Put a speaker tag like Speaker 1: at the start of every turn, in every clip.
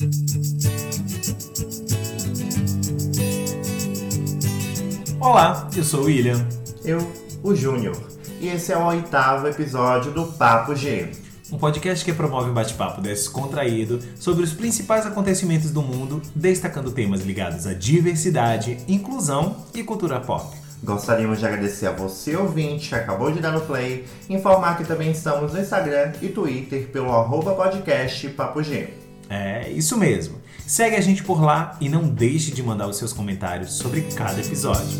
Speaker 1: Olá, eu sou o William.
Speaker 2: Eu, o Júnior. E esse é o 8º episódio do Papo G.
Speaker 1: Um podcast que promove um bate-papo descontraído sobre os principais acontecimentos do mundo, destacando temas ligados à diversidade, inclusão e cultura pop.
Speaker 2: Gostaríamos de agradecer a você, ouvinte, que acabou de dar no play, informar que também estamos no Instagram e Twitter pelo @podcast Papo G.
Speaker 1: É, isso mesmo. Segue a gente por lá e não deixe de mandar os seus comentários sobre cada episódio.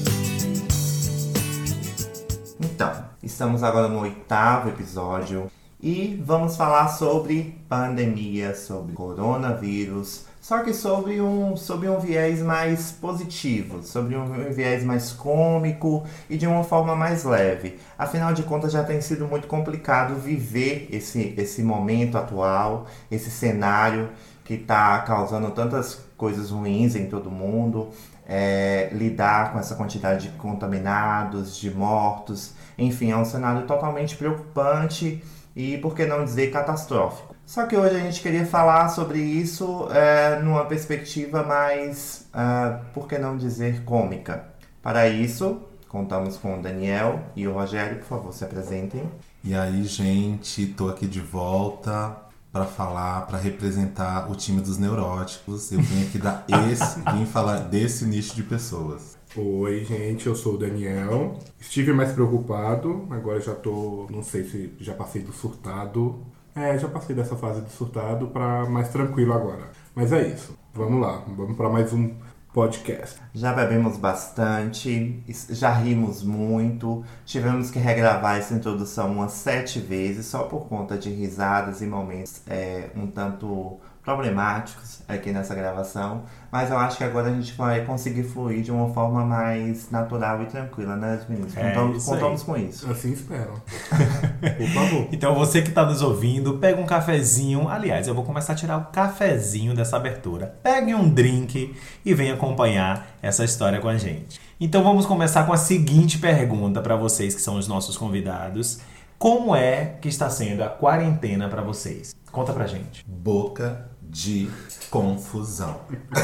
Speaker 2: Então, estamos agora no 8º episódio e vamos falar sobre pandemia, sobre coronavírus, só que sobre um viés mais positivo, sobre um viés mais cômico e de uma forma mais leve. Afinal de contas, já tem sido muito complicado viver esse momento atual, esse cenário que está causando tantas coisas ruins em todo mundo, lidar com essa quantidade de contaminados, de mortos, enfim, é um cenário totalmente preocupante e, por que não dizer, catastrófico. Só que hoje a gente queria falar sobre isso numa perspectiva mais, por que não dizer, cômica. Para isso, contamos com o Daniel e o Rogério. Por favor, se apresentem.
Speaker 3: E aí, gente, tô aqui de volta para falar, para representar o time dos neuróticos. Eu vim aqui vim falar desse nicho de pessoas.
Speaker 4: Oi, gente, eu sou o Daniel. Estive mais preocupado, agora já tô, não sei se já passei do surtado. Já passei dessa fase de surtado para mais tranquilo agora. Mas é isso, vamos lá, vamos para mais um podcast.
Speaker 2: Já bebemos bastante, já rimos muito, tivemos que regravar essa introdução umas 7 vezes só por conta de risadas e momentos um tanto problemáticos aqui nessa gravação, mas eu acho que agora a gente vai conseguir fluir de uma forma mais natural e tranquila, né, meninos? Contamos com isso.
Speaker 4: Assim espero. Por favor.
Speaker 1: Então você que está nos ouvindo, pega um cafezinho. Aliás, eu vou começar a tirar o cafezinho dessa abertura. Pegue um drink e venha acompanhar essa história com a gente. Então vamos começar com a seguinte pergunta para vocês que são os nossos convidados. Como é que está sendo a quarentena para vocês? Conta pra gente.
Speaker 3: Boca de confusão.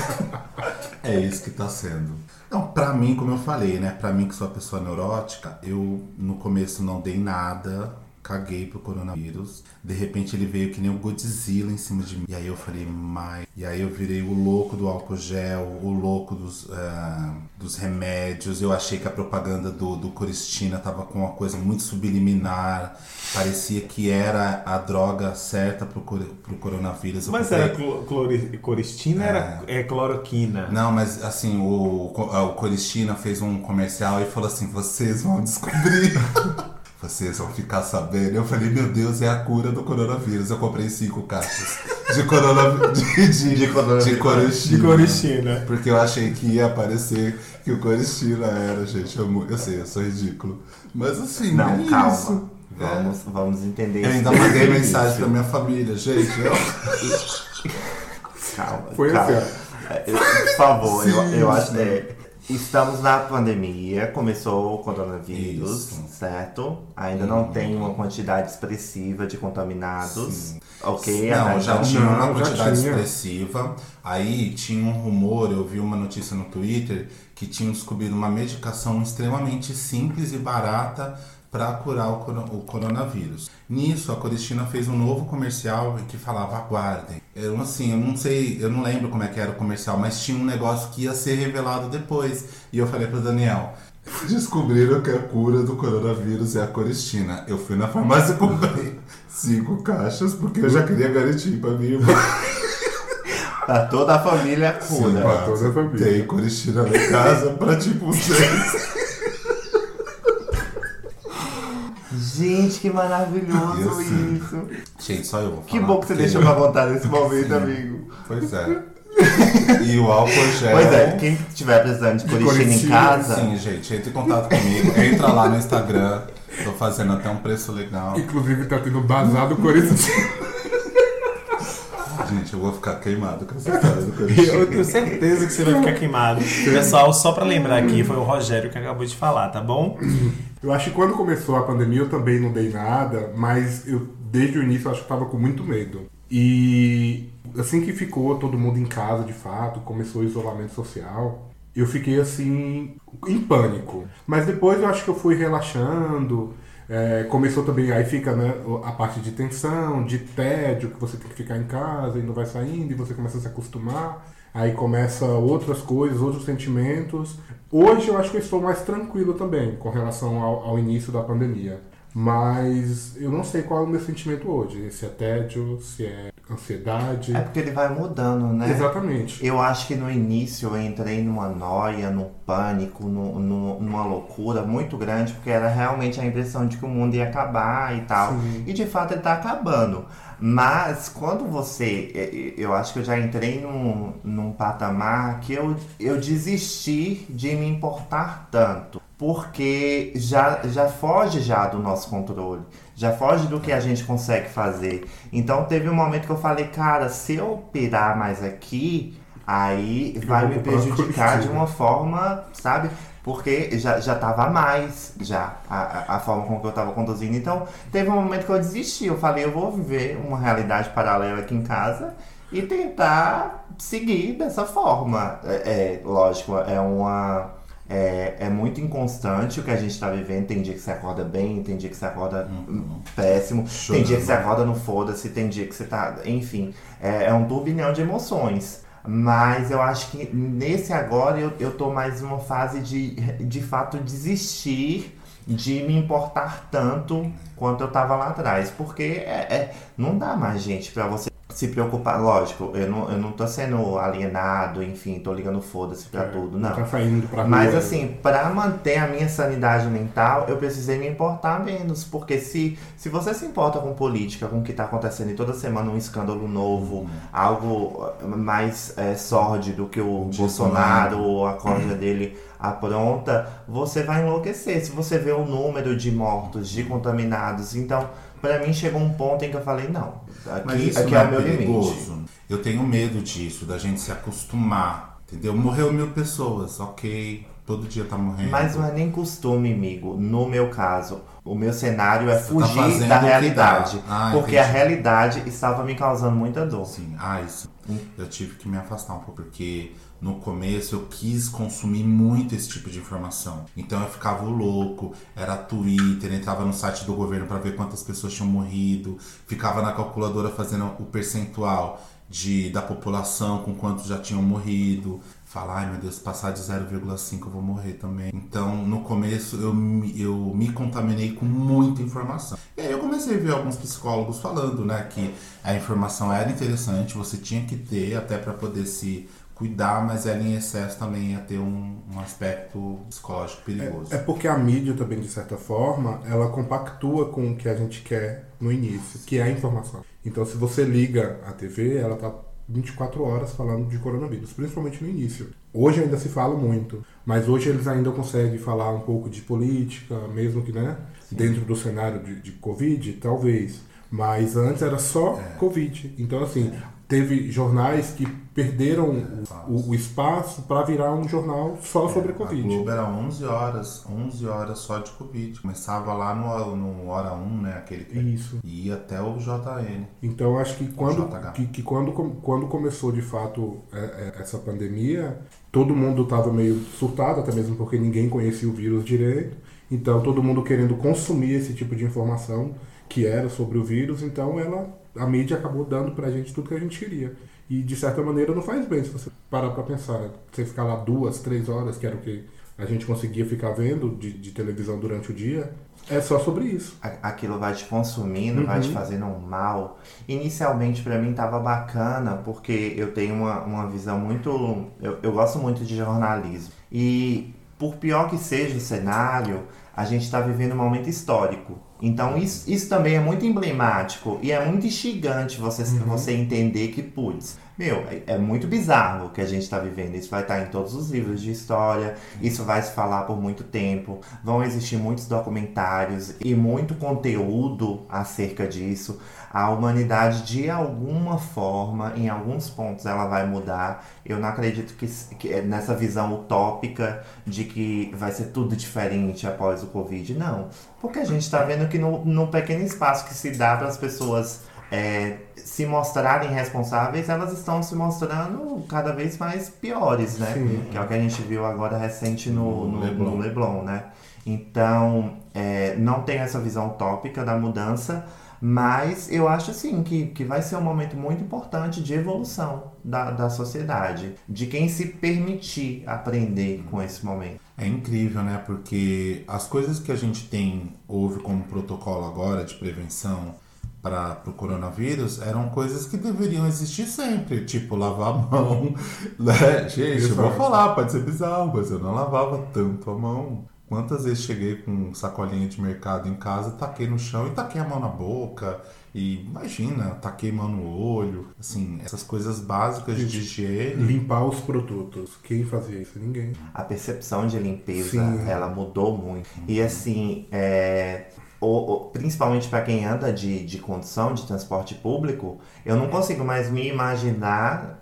Speaker 3: É isso que tá sendo. Não, pra mim, como eu falei, né? Pra mim que sou uma pessoa neurótica, eu no começo não dei nada, caguei pro coronavírus. De repente ele veio que nem um Godzilla em cima de mim. E aí eu falei, E aí eu virei o louco do álcool gel, o louco dos remédios. Eu achei que a propaganda do Coristina tava com uma coisa muito subliminar. Parecia que era a droga certa pro coronavírus.
Speaker 1: Mas era Coristina, era cloroquina.
Speaker 3: Não, mas assim, o Coristina fez um comercial e falou assim, vocês vão descobrir. Vocês vão ficar sabendo. Eu falei, meu Deus, é a cura do coronavírus. Eu comprei 5 caixas de Coristina. Porque eu achei que ia aparecer que o Coristina era, gente. Eu sei, eu sou ridículo. Mas assim,
Speaker 2: não,
Speaker 3: é
Speaker 2: calma.
Speaker 3: isso.
Speaker 2: Vamos entender.
Speaker 3: Eu ainda mandei mensagem pra minha família, gente.
Speaker 2: Calma.
Speaker 4: Foi
Speaker 2: calma.
Speaker 4: assim.
Speaker 2: Por favor, eu acho que estamos na pandemia, começou o coronavírus,
Speaker 3: isso.
Speaker 2: Certo? Ainda não tem uma quantidade expressiva de contaminados.
Speaker 3: Sim.
Speaker 2: Ok?
Speaker 3: Não, já tinha uma quantidade
Speaker 4: tinha.
Speaker 3: expressiva. Aí tinha um rumor, eu vi uma notícia no Twitter, que tinham descobrido uma medicação extremamente simples e barata para curar o coronavírus. Nisso, a Coristina fez um novo comercial que falava, aguardem. Eu não lembro como é que era o comercial, mas tinha um negócio que ia ser revelado depois. E eu falei pro Daniel, descobriram que a cura do coronavírus é a Coristina. Eu fui na farmácia e comprei 5 caixas, porque eu já queria garantir pra mim.
Speaker 2: Pra toda a família cura.
Speaker 4: Pra toda a família.
Speaker 3: Tem Coristina lá em casa pra tipo 6.
Speaker 2: Gente, que maravilhoso
Speaker 3: assim,
Speaker 2: isso.
Speaker 3: Gente, só eu vou falar.
Speaker 2: Que bom que você deixou pra contar nesse momento,
Speaker 3: Sim.
Speaker 2: Amigo.
Speaker 3: Pois é. E o álcool gel.
Speaker 2: Pois é, quem estiver precisando de Coristina em casa.
Speaker 3: Sim, gente, entre em contato comigo. Entra lá no Instagram. Tô fazendo até um preço legal.
Speaker 4: Inclusive tá tendo basado Coristina.
Speaker 3: Gente, eu vou ficar queimado com essa história do Coristina.
Speaker 1: Eu tenho certeza que você vai ficar queimado. Pessoal, só pra lembrar aqui, foi o Rogério que acabou de falar, tá bom?
Speaker 4: Eu acho que quando começou a pandemia eu também não dei nada, mas eu desde o início eu acho que tava com muito medo. E assim que ficou todo mundo em casa de fato, começou o isolamento social, eu fiquei assim, em pânico. Mas depois eu acho que eu fui relaxando. Começou também, aí fica, né, a parte de tensão, de tédio, que você tem que ficar em casa e não vai saindo, e você começa a se acostumar. Aí começa outras coisas, outros sentimentos. Hoje eu acho que eu estou mais tranquilo também com relação ao início da pandemia. Mas eu não sei qual é o meu sentimento hoje. Se é tédio, se é ansiedade.
Speaker 2: É porque ele vai mudando, né?
Speaker 4: Exatamente.
Speaker 2: Eu acho que no início eu entrei numa noia, num pânico, numa loucura muito grande, porque era realmente a impressão de que o mundo ia acabar e tal.
Speaker 4: Sim.
Speaker 2: E de fato ele tá acabando. Mas quando você... Eu acho que eu já entrei num patamar que eu desisti de me importar tanto. Porque já foge já do nosso controle. Já foge do que a gente consegue fazer. Então teve um momento que eu falei, cara, se eu pirar mais aqui, aí vai me prejudicar de uma forma, sabe? Porque já tava a mais, já, a forma como que eu tava conduzindo. Então, teve um momento que eu desisti. Eu falei, eu vou viver uma realidade paralela aqui em casa e tentar seguir dessa forma. Lógico, é muito inconstante o que a gente tá vivendo. Tem dia que você acorda bem, tem dia que você acorda péssimo, tem dia que você acorda no foda-se, tem dia que você tá... Enfim, é um turbilhão de emoções. Mas eu acho que nesse agora eu tô mais numa fase de fato desistir de me importar tanto quanto eu tava lá atrás. Porque não dá mais, gente, pra você se preocupar. Lógico, eu não tô sendo alienado, enfim, tô ligando foda-se pra tudo, não.
Speaker 4: Tá saindo pra rua.
Speaker 2: Mas assim, pra manter a minha sanidade mental, eu precisei me importar menos. Porque se você se importa com política, com o que tá acontecendo e toda semana um escândalo novo, algo mais sórdido que o Bolsonaro ou a corda dele apronta, você vai enlouquecer. Se você vê o número de mortos, de contaminados, então... Pra mim chegou um ponto em que eu falei, não, aqui é o meu limite.
Speaker 3: Eu tenho medo disso, da gente se acostumar, entendeu? Morreu 1000 pessoas, ok, todo dia tá morrendo.
Speaker 2: Mas não é nem costume, amigo. No meu caso, o meu cenário é
Speaker 3: Você
Speaker 2: fugir
Speaker 3: tá
Speaker 2: da realidade. Porque
Speaker 3: entendi.
Speaker 2: a realidade estava me causando muita dor.
Speaker 3: Sim, isso. Eu tive que me afastar um pouco, porque no começo eu quis consumir muito esse tipo de informação. Então eu ficava louco, era Twitter, entrava no site do governo para ver quantas pessoas tinham morrido, ficava na calculadora fazendo o percentual da população com quantos já tinham morrido. Falar, ai meu Deus, se passar de 0,5 eu vou morrer também. Então no começo eu me contaminei com muita informação. E aí eu comecei a ver alguns psicólogos falando, né, que a informação era interessante, você tinha que ter até para poder se cuidar, mas ela em excesso também ia ter um aspecto psicológico perigoso.
Speaker 4: É porque a mídia também, de certa forma, ela compactua com o que a gente quer no início, que é a informação. Então, se você liga a TV, ela tá 24 horas falando de coronavírus, principalmente no início. Hoje ainda se fala muito, mas hoje eles ainda conseguem falar um pouco de política, mesmo que, né, dentro do cenário de Covid, talvez. Mas antes era só Covid. Então, assim, teve jornais que perderam o espaço para virar um jornal só sobre Covid.
Speaker 3: A Globo era 11 horas só de Covid. Começava lá no Hora 1, né? Aquele que
Speaker 4: Isso.
Speaker 3: ia até o JN.
Speaker 4: Então, acho que quando começou de fato essa pandemia, todo mundo estava meio surtado, até mesmo porque ninguém conhecia o vírus direito. Então, todo mundo querendo consumir esse tipo de informação que era sobre o vírus. Então, a mídia acabou dando pra gente tudo que a gente queria. E, de certa maneira, não faz bem se você parar pra pensar. Você ficar lá 2, 3 horas, que era o que a gente conseguia ficar vendo de televisão durante o dia, é só sobre isso.
Speaker 2: Aquilo vai te consumindo, vai te fazendo um mal. Inicialmente, pra mim, tava bacana, porque eu tenho uma visão muito... Eu gosto muito de jornalismo. E, por pior que seja o cenário, a gente tá vivendo um momento histórico. Então isso também é muito emblemático e é muito instigante você entender que, putz, é muito bizarro o que a gente está vivendo. Isso vai estar em todos os livros de história, isso vai se falar por muito tempo, vão existir muitos documentários e muito conteúdo acerca disso. A humanidade, de alguma forma, em alguns pontos, ela vai mudar. Eu não acredito que nessa visão utópica de que vai ser tudo diferente após o Covid, não. Porque a gente está vendo que no pequeno espaço que se dá para as pessoas se mostrarem responsáveis, elas estão se mostrando cada vez mais piores, né?
Speaker 4: Sim.
Speaker 2: Que é o que a gente viu agora recente no Leblon, né? Então, não tem essa visão utópica da mudança, mas eu acho assim que vai ser um momento muito importante de evolução da sociedade, de quem se permitir aprender com esse momento.
Speaker 3: É incrível, né? Porque as coisas que a gente houve como protocolo agora de prevenção para o coronavírus eram coisas que deveriam existir sempre, tipo lavar a mão, né? Gente, eu vou falar, pode ser bizarro, mas eu não lavava tanto a mão. Quantas vezes cheguei com sacolinha de mercado em casa, taquei no chão e taquei a mão na boca. E imagina, taquei mão no olho. Assim, essas coisas básicas de higiene.
Speaker 4: Limpar os produtos. Quem fazia isso? Ninguém.
Speaker 2: A percepção de limpeza,
Speaker 4: Sim.
Speaker 2: ela mudou muito. E assim, principalmente para quem anda de condução, de transporte público, eu não consigo mais me imaginar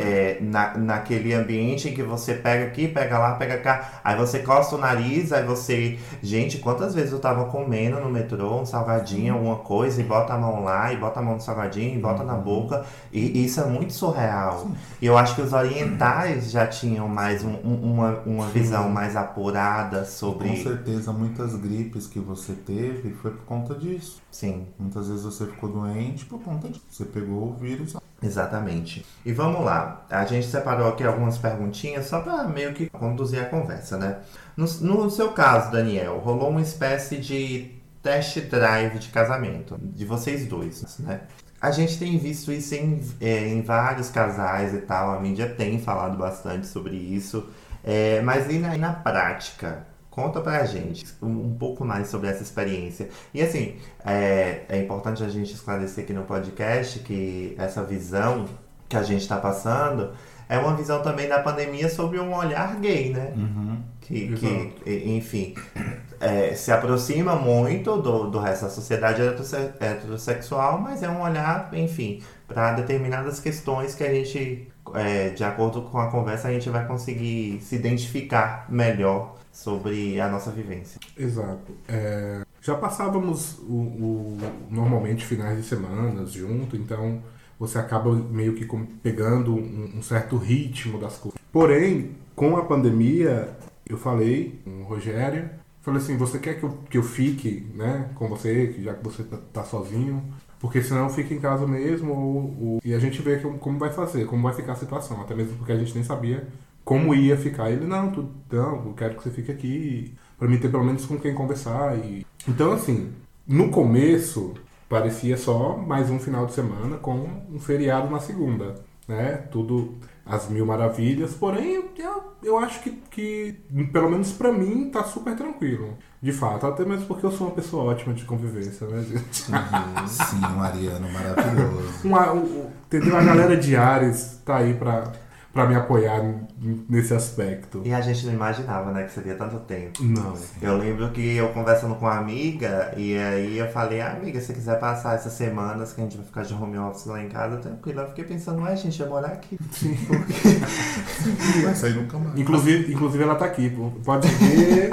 Speaker 2: naquele ambiente em que você pega aqui, pega lá, pega cá, aí você coça o nariz, aí você... Gente, quantas vezes eu tava comendo no metrô um salgadinho, alguma coisa, e bota a mão lá, e bota a mão no salgadinho, e bota na boca, e isso é muito surreal. Sim. E eu acho que os orientais já tinham mais uma visão mais apurada sobre...
Speaker 3: Com certeza, muitas gripes que você teve foi por conta disso.
Speaker 2: Sim.
Speaker 3: Muitas vezes você ficou doente por conta disso. Você pegou o vírus.
Speaker 2: Exatamente. E vamos lá. A gente separou aqui algumas perguntinhas só para meio que conduzir a conversa, né? No seu caso, Daniel, rolou uma espécie de test drive de casamento de vocês dois, né? A gente tem visto isso em vários casais e tal. A mídia tem falado bastante sobre isso. Mas e na prática? Conta pra gente um pouco mais sobre essa experiência. E assim, é importante a gente esclarecer aqui no podcast que essa visão que a gente está passando é uma visão também da pandemia sobre um olhar gay, né?
Speaker 3: Uhum.
Speaker 2: Que enfim, se aproxima muito do resto da sociedade heterossexual, mas é um olhar, enfim, para determinadas questões que a gente, de acordo com a conversa, a gente vai conseguir se identificar melhor sobre a nossa vivência.
Speaker 4: Exato. Já passávamos normalmente finais de semana junto, então você acaba meio que pegando um certo ritmo das coisas. Porém, com a pandemia, eu falei com o Rogério, falei assim, você quer que eu fique, né, com você, já que você tá sozinho? Porque senão fica em casa mesmo, e a gente vê como vai fazer, como vai ficar a situação, até mesmo porque a gente nem sabia como ia ficar. Ele, não, eu quero que você fique aqui, pra mim ter pelo menos com quem conversar. Então, assim, no começo, parecia só mais um final de semana com um feriado na segunda, né? Tudo às mil maravilhas, porém, eu acho que pelo menos pra mim, tá super tranquilo. De fato, até mesmo porque eu sou uma pessoa ótima de convivência, né, gente?
Speaker 3: Sim, um ariano maravilhoso.
Speaker 4: Entendeu? A galera de Ares tá aí pra me apoiar nesse aspecto.
Speaker 2: E a gente não imaginava, né, que seria tanto tempo.
Speaker 4: Não.
Speaker 2: Eu lembro que eu conversando com uma amiga, e aí eu falei, amiga, se você quiser passar essas semanas que a gente vai ficar de home office lá em casa, tranquilo. Eu fiquei pensando, gente, eu morar aqui.
Speaker 4: Sim.
Speaker 3: Não vai sair nunca mais.
Speaker 4: Inclusive ela tá aqui, pode ver.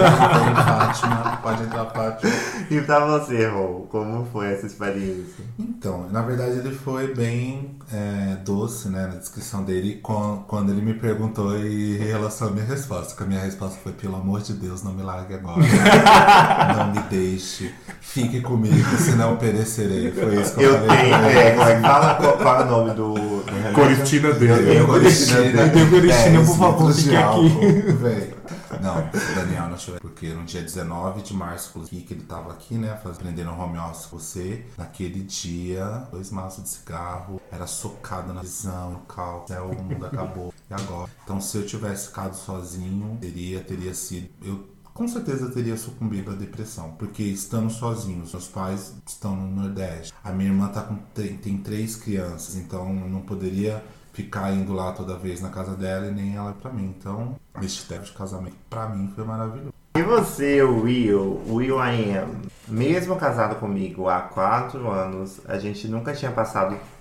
Speaker 3: Pode entrar, Fátima.
Speaker 2: E pra você, Rô, como foi essa experiência?
Speaker 3: Então, na verdade ele foi bem doce, né, na descrição dele, quando ele me perguntou em relação à minha resposta. Que a minha resposta foi, pelo amor de Deus, não me largue agora. Não me deixe. Fique comigo, senão perecerei. Foi isso que eu falei.
Speaker 2: Qual é o nome do
Speaker 4: Coristina dele.
Speaker 3: Coristina,
Speaker 4: por favor, fique
Speaker 3: aqui. Não, o Daniel não tive, porque no dia 19 de março, que ele tava aqui, né, aprendendo home office com você. Naquele dia, 2 maços de cigarro, era socado na visão, no cálculo, o mundo acabou. E agora? Então, se eu tivesse ficado sozinho, teria sido... Eu com certeza teria sucumbido à depressão, porque estando sozinhos, meus pais estão no Nordeste. A minha irmã tem 3 crianças, então não poderia ficar indo lá toda vez na casa dela e nem ela pra mim. Então, este tempo de casamento pra mim foi maravilhoso.
Speaker 2: E você, Will I Am, mesmo casado comigo há 4 anos, a gente nunca tinha passado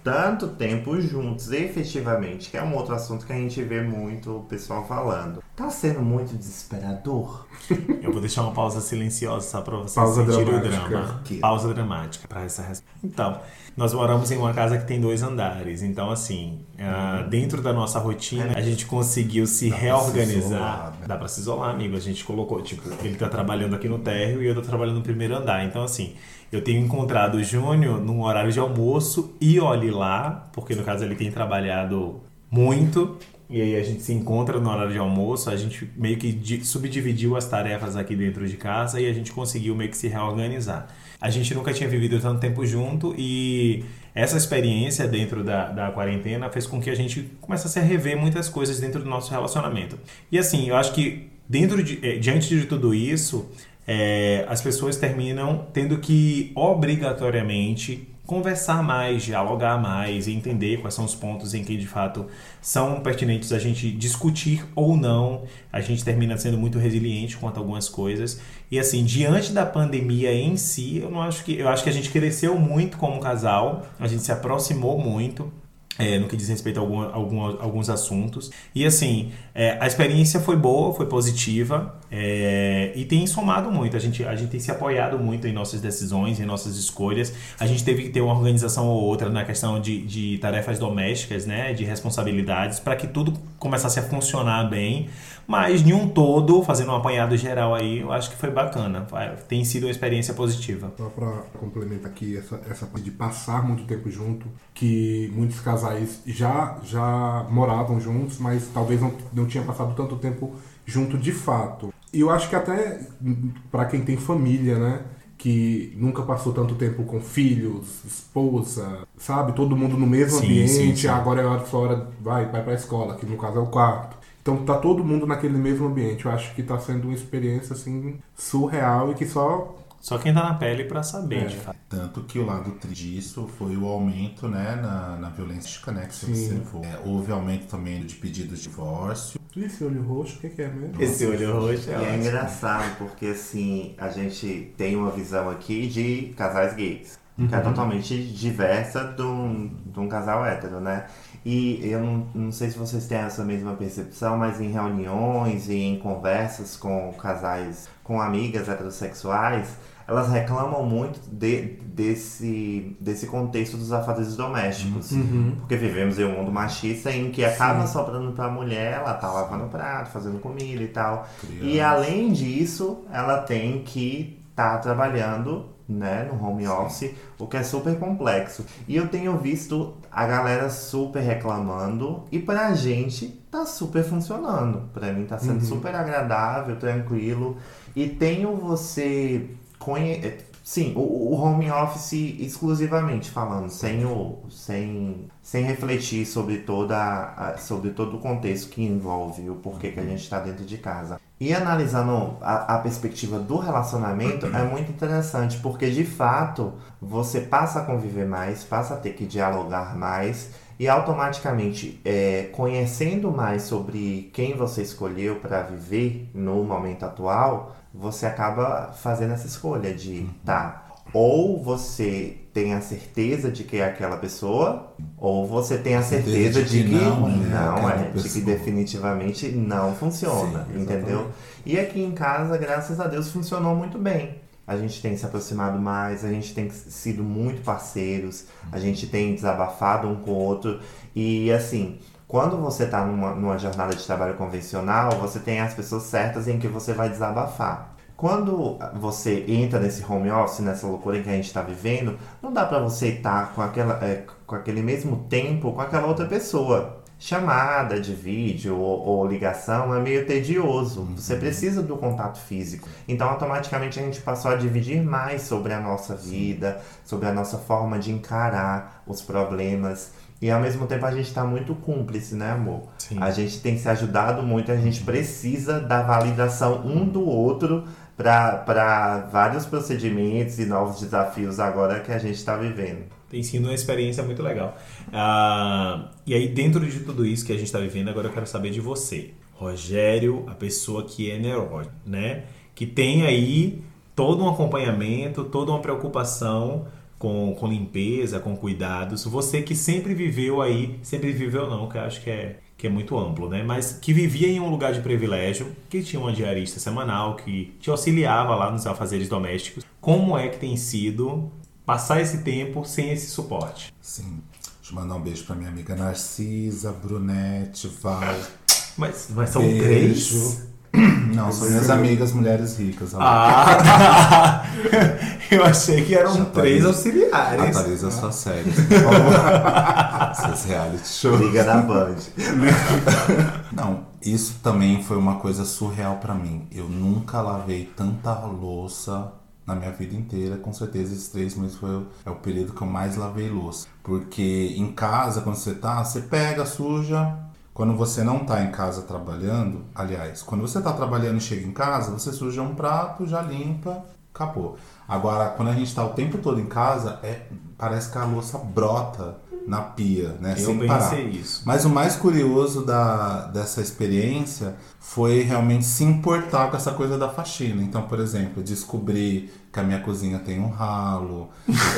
Speaker 2: tanto tempo juntos, efetivamente, que é um outro assunto que a gente vê muito o pessoal falando. Tá sendo muito desesperador?
Speaker 1: Eu vou deixar uma pausa silenciosa só pra vocês
Speaker 4: Pausa
Speaker 1: sentirem o
Speaker 4: dramática.
Speaker 1: drama. Pausa dramática pra essa resposta. Então, nós moramos em uma casa que tem 2 andares. Então, assim, dentro da nossa rotina, a gente conseguiu se reorganizar.
Speaker 3: isolar, né?
Speaker 1: Dá pra se isolar, amigo. A gente colocou, tipo, ele tá trabalhando aqui no térreo e eu tô trabalhando no primeiro andar. Então, assim, eu tenho encontrado o Júnior num horário de almoço e olhe lá, porque no caso ele tem trabalhado muito. E aí a gente se encontra no horário de almoço, a gente meio que subdividiu as tarefas aqui dentro de casa e a gente conseguiu meio que se reorganizar. A gente nunca tinha vivido tanto tempo junto e essa experiência dentro da quarentena fez com que a gente começasse a rever muitas coisas dentro do nosso relacionamento. E assim, eu acho que diante de tudo isso, as pessoas terminam tendo que obrigatoriamente conversar mais, dialogar mais e entender quais são os pontos em que de fato são pertinentes a gente discutir ou não. A gente termina sendo muito resiliente quanto a algumas coisas. E assim, diante da pandemia em si, eu acho que a gente cresceu muito como casal, a gente se aproximou muito. No que diz respeito a alguns assuntos. E assim, a experiência foi boa, foi positiva e tem somado muito. A gente tem se apoiado muito em nossas decisões, em nossas escolhas. A gente teve que ter uma organização ou outra na questão de tarefas domésticas, né, de responsabilidades, para que tudo começasse a funcionar bem. Mas, de um todo, fazendo um apanhado geral aí, eu acho que foi bacana. Tem sido uma experiência positiva.
Speaker 4: Só para complementar aqui essa parte de passar muito tempo junto, que muitos casais já moravam juntos, mas talvez não tinham passado tanto tempo junto de fato. E eu acho que até para quem tem família, né, que nunca passou tanto tempo com filhos, esposa, sabe? Todo mundo no mesmo ambiente, sim. Agora é a hora, vai pra escola, que no caso é o quarto. Então tá todo mundo naquele mesmo ambiente. Eu acho que tá sendo uma experiência assim surreal e que só
Speaker 1: quem tá na pele pra saber, de fato.
Speaker 3: Tanto que o lado disso foi o aumento, né, na violência, né, que você observou. Houve aumento também de pedidos de divórcio.
Speaker 4: Esse olho roxo, o que é mesmo?
Speaker 1: Esse olho roxo
Speaker 2: é engraçado, porque assim, a gente tem uma visão aqui de casais gays, que é totalmente diversa de um casal hétero, né? E eu não sei se vocês têm essa mesma percepção, mas em reuniões e em conversas com casais, com amigas heterossexuais, elas reclamam muito desse contexto dos afazeres domésticos. Porque vivemos em um mundo machista em que acaba sobrando pra mulher, ela tá lavando o prato, fazendo comida e tal. Criança. E além disso, ela tem que estar trabalhando, né, no home office, o que é super complexo. E eu tenho visto a galera super reclamando e pra gente tá super funcionando. Pra mim tá sendo super agradável, tranquilo. E tenho você... Sim, o home office exclusivamente falando, sem refletir sobre todo o contexto que envolve o porquê que a gente está dentro de casa. E analisando a perspectiva do relacionamento é muito interessante, porque de fato você passa a conviver mais, passa a ter que dialogar mais e automaticamente conhecendo mais sobre quem você escolheu para viver no momento atual, você acaba fazendo essa escolha de ou você tem a certeza de que é aquela pessoa, ou você tem a certeza de que de que definitivamente não funciona. Sim, entendeu? E aqui em casa, graças a Deus, funcionou muito bem. A gente tem se aproximado mais, a gente tem sido muito parceiros, a gente tem desabafado um com o outro. E assim, quando você está numa jornada de trabalho convencional, você tem as pessoas certas em que você vai desabafar. Quando você entra nesse home office, nessa loucura que a gente está vivendo, não dá para você estar com aquele mesmo tempo com aquela outra pessoa. Chamada de vídeo ou ligação é meio tedioso. Você precisa do contato físico. Então, automaticamente, a gente passou a dividir mais sobre a nossa vida, sobre a nossa forma de encarar os problemas. E, ao mesmo tempo, a gente está muito cúmplice, né, amor? Sim. A gente tem se ajudado muito, a gente precisa da validação um do outro para vários procedimentos e novos desafios agora que a gente está vivendo.
Speaker 1: Tem sido uma experiência muito legal. E aí, dentro de tudo isso que a gente está vivendo, agora eu quero saber de você. Rogério, a pessoa que é neurótica, né? Que tem aí todo um acompanhamento, toda uma preocupação com limpeza, com cuidados. Você que sempre viveu aí, sempre viveu não, que eu acho que é muito amplo, né? Mas que vivia em um lugar de privilégio, que tinha uma diarista semanal, que te auxiliava lá nos afazeres domésticos. Como é que tem sido passar esse tempo sem esse suporte?
Speaker 3: Sim. Deixa eu mandar um beijo pra minha amiga Narcisa, Brunete, Val.
Speaker 1: Mas são
Speaker 3: Beijo.
Speaker 1: 3?
Speaker 3: Não, são minhas amigas mulheres ricas.
Speaker 1: Ah, eu achei que eram
Speaker 3: Já
Speaker 1: 3
Speaker 3: atualiza-
Speaker 1: auxiliares.
Speaker 3: Atualiza suas séries, por favor. Seus reality shows.
Speaker 2: Liga da Band.
Speaker 3: Não, isso também foi uma coisa surreal pra mim. Eu nunca lavei tanta louça na minha vida inteira. Com certeza esses 3 meses é o período que eu mais lavei louça. Porque em casa, quando você pega, suja. Quando você não tá em casa trabalhando, aliás, quando você tá trabalhando e chega em casa, você suja um prato, já limpa, acabou. Agora, quando a gente tá o tempo todo em casa, parece que a louça brota na pia, né?
Speaker 1: Eu
Speaker 3: Sem parar.
Speaker 1: pensei isso.
Speaker 3: Mas o mais curioso dessa experiência foi realmente se importar com essa coisa da faxina. Então, por exemplo, descobrir que a minha cozinha tem um ralo.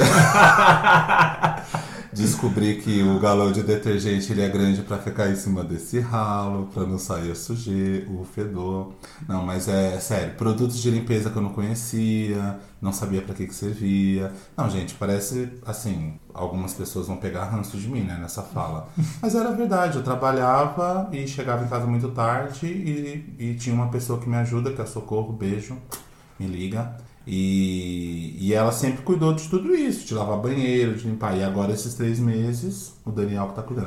Speaker 3: Descobri que o galão de detergente ele é grande para ficar em cima desse ralo, para não sair a sujeira, o fedor. Não, mas é sério, produtos de limpeza que eu não conhecia, não sabia para que servia. Não, gente, parece assim, algumas pessoas vão pegar ranço de mim, né, nessa fala. Mas era verdade, eu trabalhava e chegava em casa muito tarde e tinha uma pessoa que me ajuda, que é a Socorro, beijo, me liga. E ela sempre cuidou de tudo isso, de lavar banheiro, de limpar. E agora esses 3 meses, o Daniel que tá cuidando.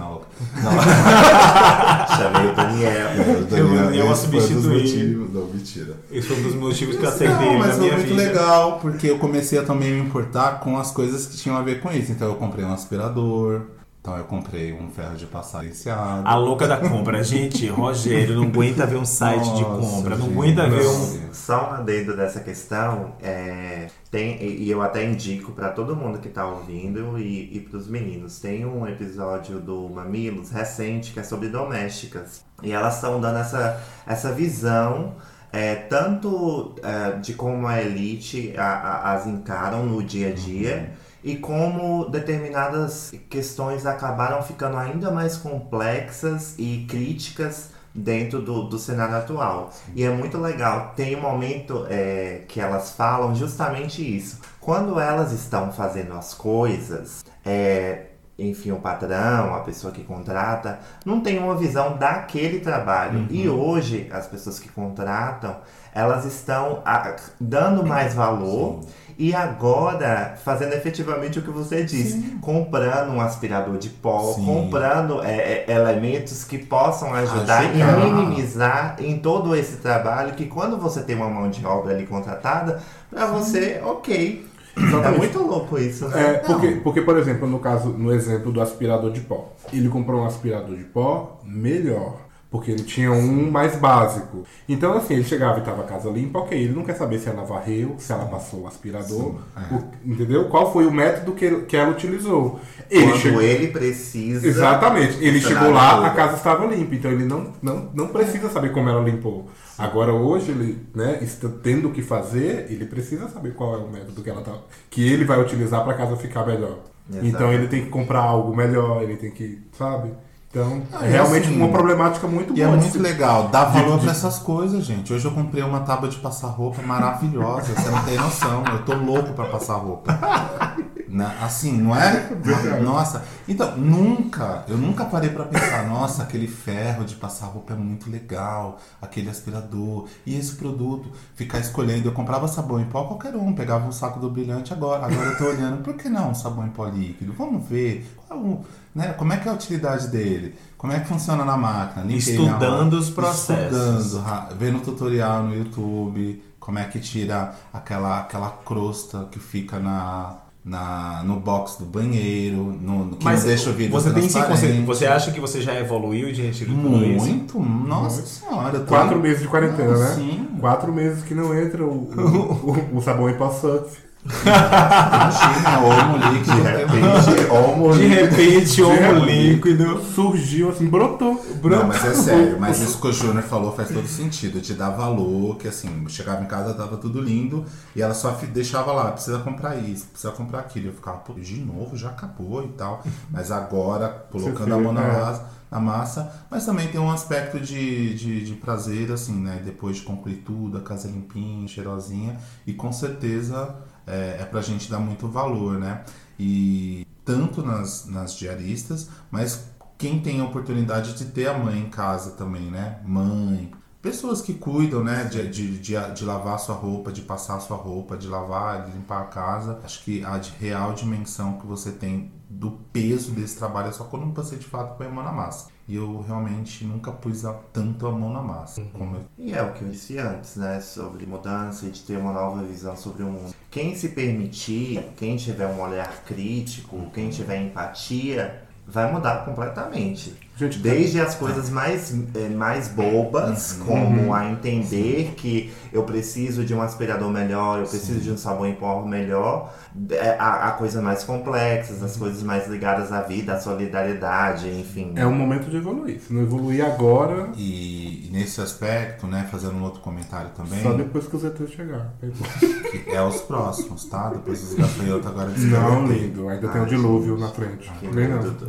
Speaker 2: Chamei o Daniel.
Speaker 1: Eu vou
Speaker 3: esse foi um dos
Speaker 1: substituir.
Speaker 3: motivos. Não, mentira.
Speaker 1: Esse foi um dos motivos que eu aceitei
Speaker 3: Não,
Speaker 1: na
Speaker 3: mas foi
Speaker 1: minha
Speaker 3: muito
Speaker 1: vida.
Speaker 3: legal, porque eu comecei a também me importar com as coisas que tinham a ver com isso. Então eu comprei um aspirador, então eu comprei um ferro de passar iniciado.
Speaker 1: A louca da compra. Gente, Rogério não aguenta ver um site de
Speaker 3: Nossa,
Speaker 1: compra, não
Speaker 3: gente.
Speaker 1: aguenta ver um...
Speaker 2: Só um adendo dessa questão, e eu até indico pra todo mundo que tá ouvindo e pros meninos. Tem um episódio do Mamilos recente que é sobre domésticas. E elas estão dando essa visão, tanto de como a elite as encaram no dia a dia, e como determinadas questões acabaram ficando ainda mais complexas e críticas dentro do cenário atual. E é muito legal. Tem um momento que elas falam justamente isso. Quando elas estão fazendo as coisas, enfim, o patrão, a pessoa que contrata, não tem uma visão daquele trabalho. E hoje, as pessoas que contratam, elas estão dando mais valor. Sim. E agora, fazendo efetivamente o que você disse, sim, comprando um aspirador de pó, sim, comprando elementos que possam ajudar e minimizar em todo esse trabalho, que quando você tem uma mão de obra ali contratada, para você, ok. É muito louco isso. Né?
Speaker 4: Porque, por exemplo, no exemplo do aspirador de pó, ele comprou um aspirador de pó melhor. Porque ele tinha um mais básico. Então, assim, ele chegava e tava a casa limpa, ok. Ele não quer saber se ela varreu, se ela passou o aspirador, entendeu? Qual foi o método que ela utilizou.
Speaker 2: Ele precisa...
Speaker 4: Exatamente. Ele chegou lá, a casa estava limpa. Então, ele não precisa saber como ela limpou. Sim. Agora, hoje, ele, né, está tendo o que fazer, ele precisa saber qual é o método que ele vai utilizar para a casa ficar melhor. Exatamente. Então, ele tem que comprar algo melhor, ele tem que, sabe... Então, é realmente assim, uma problemática muito boa.
Speaker 3: E é muito legal, dá valor pra essas coisas, gente. Hoje eu comprei uma tábua de passar roupa maravilhosa, você não tem noção. Eu tô louco pra passar roupa. Assim, não é? Nossa. Então, eu nunca parei pra pensar, nossa, aquele ferro de passar roupa é muito legal, aquele aspirador, e esse produto, ficar escolhendo. Eu comprava sabão em pó, qualquer um, pegava um saco do Brilhante agora eu tô olhando, por que não um sabão em pó líquido? Vamos ver, né? Como é que é a utilidade dele? Como é que funciona na máquina?
Speaker 1: Estudando os processos.
Speaker 3: Vendo tutorial no YouTube, como é que tira aquela crosta que fica no box do banheiro, que
Speaker 1: mas
Speaker 3: não deixa o vidro
Speaker 1: você
Speaker 3: transparente.
Speaker 1: Você acha que você já evoluiu, gente?
Speaker 3: Muito, nossa senhora.
Speaker 4: 4 meses de quarentena, né?
Speaker 3: Sim.
Speaker 4: 4 meses que não entra o sabão em pó surf.
Speaker 3: Imagina, homo líquido.
Speaker 1: De repente, homo líquido.
Speaker 4: Surgiu assim, brotou.
Speaker 3: Não, mas é sério, mas isso que o Júnior falou faz todo sentido, de dar valor, que assim, chegava em casa, tava tudo lindo, e ela só deixava lá, precisa comprar isso, precisa comprar aquilo. Eu ficava, pô, de novo, já acabou e tal. Mas agora, colocando a mão na massa, mas também tem um aspecto de prazer, assim, né? Depois de concluir tudo, a casa limpinha, cheirosinha, e com certeza é pra gente dar muito valor, né? E tanto nas diaristas, mas quem tem a oportunidade de ter a mãe em casa também, né? Mãe, pessoas que cuidam, né? De lavar a sua roupa, de passar a sua roupa, de lavar, de limpar a casa. Acho que a real dimensão que você tem do peso desse trabalho é só quando você de fato põe a mão na massa. E eu realmente nunca pus tanto a mão na massa.
Speaker 2: E é o que eu disse antes, né? Sobre mudança e de ter uma nova visão sobre o mundo. Quem se permitir, quem tiver um olhar crítico, quem tiver empatia, vai mudar completamente.
Speaker 4: Gente,
Speaker 2: desde as coisas mais bobas, como a entender que eu preciso de um aspirador melhor, eu preciso de um sabão em pó melhor, a coisas mais complexas, as coisas mais ligadas à vida, à solidariedade, enfim.
Speaker 4: É um momento de evoluir. Se não evoluir agora...
Speaker 3: E nesse aspecto, né, fazendo um outro comentário também...
Speaker 4: Só depois que os ETs chegar.
Speaker 3: Que é os próximos, tá? Depois dos gafanhotos agora
Speaker 4: Não, lindo. Ainda tem um dilúvio na frente.
Speaker 2: Não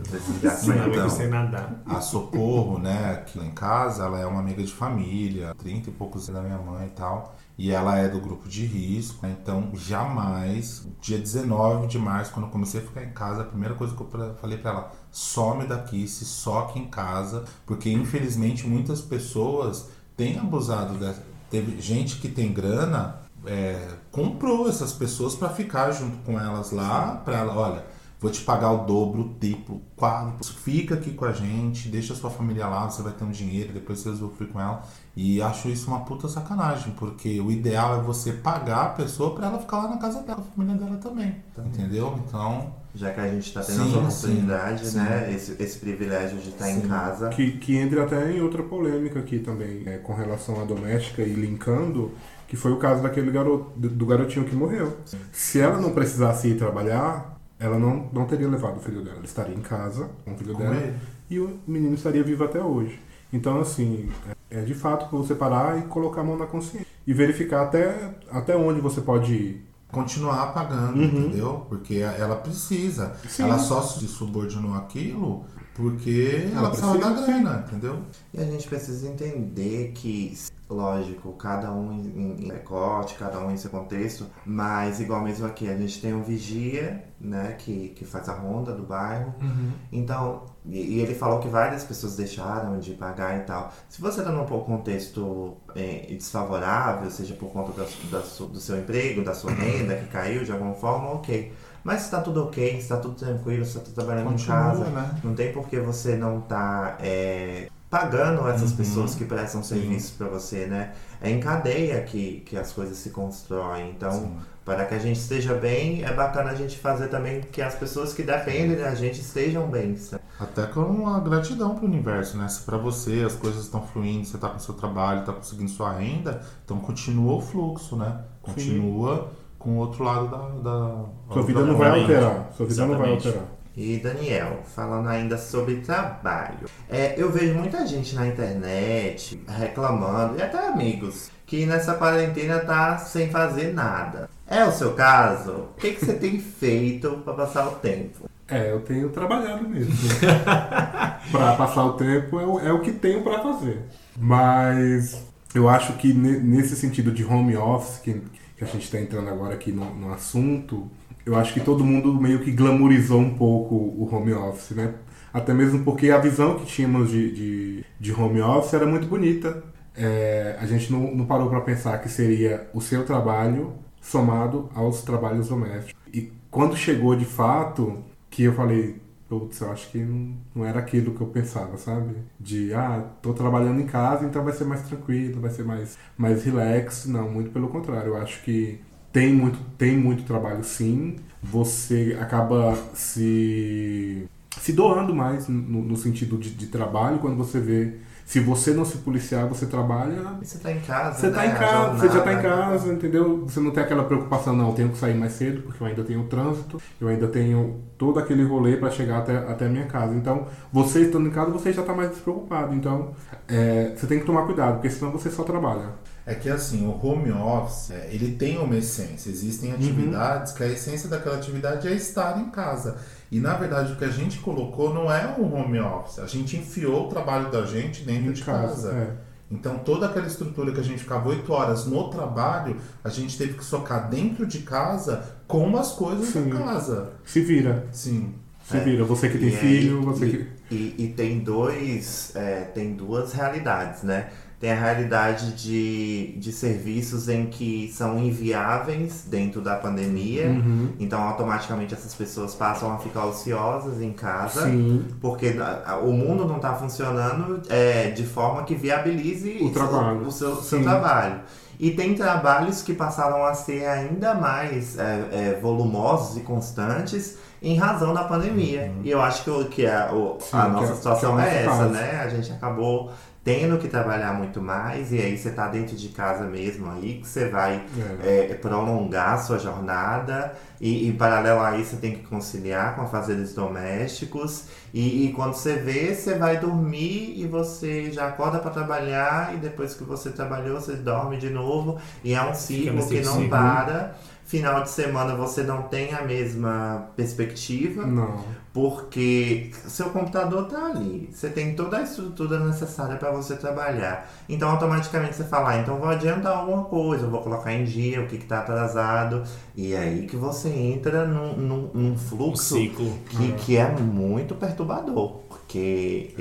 Speaker 1: Não sei nadar.
Speaker 3: A Socorro, né, aqui em casa, ela é uma amiga de família, 30 e poucos anos da minha mãe e tal, e ela é do grupo de risco, né, então jamais, dia 19 de março, quando eu comecei a ficar em casa, a primeira coisa que eu falei pra ela, some daqui, se soque em casa, porque infelizmente muitas pessoas têm abusado dessa. Teve gente que tem grana, comprou essas pessoas pra ficar junto com elas lá, pra ela, olha, vou te pagar o dobro, o triplo, o quádruplo. Fica aqui com a gente, deixa a sua família lá, você vai ter um dinheiro, depois você usufrui com ela. E acho isso uma puta sacanagem, porque o ideal é você pagar a pessoa pra ela ficar lá na casa dela, a família dela também. Entendeu? Então...
Speaker 2: Já que a gente tá tendo essa oportunidade, né? Esse privilégio de estar em casa.
Speaker 4: Que entra até em outra polêmica aqui também, com relação à doméstica e linkando, que foi o caso daquele do garotinho que morreu. Se ela não precisasse ir trabalhar, ela não teria levado o filho dela. Ela estaria em casa com o filho dela e o menino estaria vivo até hoje. Então, assim, é de fato para você parar e colocar a mão na consciência. E verificar até onde você pode ir.
Speaker 3: Continuar pagando, entendeu? Porque ela precisa. Sim. Ela só se subordinou aquilo porque ela precisava da grana, entendeu?
Speaker 2: E a gente precisa entender que, lógico, cada um em recorte, cada um em seu contexto, mas igual mesmo aqui, a gente tem um vigia, né, que faz a ronda do bairro. Então, e ele falou que várias pessoas deixaram de pagar e tal. Se você está num contexto desfavorável, seja por conta do seu emprego, da sua renda que caiu de alguma forma, ok. Mas se está tudo ok, se está tudo tranquilo, se está trabalhando em casa, né? Não tem por que você não tá pagando essas pessoas que prestam serviços para você, né? É em cadeia que as coisas se constroem. Então, para que a gente esteja bem, é bacana a gente fazer também que as pessoas que dependem da gente estejam bem. Sabe?
Speaker 3: Até com uma gratidão pro universo, né? Se para você as coisas estão fluindo, você tá com o seu trabalho, tá conseguindo sua renda, então continua o fluxo, né? Continua com o outro lado da
Speaker 4: sua vida não vai alterar. Sua vida não vai alterar.
Speaker 2: E Daniel, falando ainda sobre trabalho, eu vejo muita gente na internet reclamando, e até amigos, que nessa quarentena tá sem fazer nada. É o seu caso? O que você tem feito para passar o tempo?
Speaker 4: Eu tenho trabalhado mesmo. Para passar o tempo é o que tenho para fazer. Mas eu acho que nesse sentido de home office, que a gente está entrando agora aqui no assunto, eu acho que todo mundo meio que glamourizou um pouco o home office, né? Até mesmo porque a visão que tínhamos de home office era muito bonita. A gente não parou para pensar que seria o seu trabalho somado aos trabalhos domésticos. E quando chegou de fato, que eu falei, putz, eu acho que não era aquilo que eu pensava, sabe? Tô trabalhando em casa, então vai ser mais tranquilo, vai ser mais relax. Não, muito pelo contrário. Eu acho que tem muito trabalho, sim. Você acaba se doando mais no sentido de trabalho quando você vê Se você não se policiar, você trabalha.
Speaker 2: E você tá em casa,
Speaker 4: Você
Speaker 2: né?
Speaker 4: tá em
Speaker 2: A
Speaker 4: casa, você já tá em
Speaker 2: jornada.
Speaker 4: casa, entendeu? Você não tem aquela preocupação, não, eu tenho que sair mais cedo, porque eu ainda tenho trânsito, eu ainda tenho todo aquele rolê para chegar até a minha casa. Então, você estando em casa, você já tá mais despreocupado. Então, você tem que tomar cuidado, porque senão você só trabalha.
Speaker 3: É que assim, o home office, ele tem uma essência. Existem atividades que a essência daquela atividade é estar em casa. E na verdade o que a gente colocou não é um home office. A gente enfiou o trabalho da gente dentro de casa. Então toda aquela estrutura que a gente ficava 8 horas no trabalho, a gente teve que socar dentro de casa com as coisas
Speaker 4: Sim.
Speaker 3: da casa.
Speaker 4: Se vira.
Speaker 3: Sim.
Speaker 4: Se vira. Você que tem filho, você que...
Speaker 2: E tem duas realidades, né? Tem a realidade de serviços em que são inviáveis dentro da pandemia. Então, automaticamente, essas pessoas passam a ficar ociosas em casa.
Speaker 4: Sim.
Speaker 2: Porque o mundo não está funcionando de forma que viabilize
Speaker 4: O trabalho.
Speaker 2: o seu trabalho. E tem trabalhos que passaram a ser ainda mais volumosos e constantes em razão da pandemia. E eu acho que a nossa situação é essa, né? A gente acabou tendo que trabalhar muito mais, e aí você tá dentro de casa mesmo aí, que você vai prolongar a sua jornada, e em paralelo a isso você tem que conciliar com afazeres domésticos, e quando você vê, você vai dormir e você já acorda para trabalhar, e depois que você trabalhou, você dorme de novo, e é um ciclo que não para. Final de semana você não tem a mesma perspectiva,
Speaker 4: Não.
Speaker 2: porque seu computador tá ali, você tem toda a estrutura necessária para você trabalhar. Então automaticamente você fala, então vou adiantar alguma coisa, eu vou colocar em dia o que está atrasado, e é aí que você entra num fluxo que é muito perturbador, porque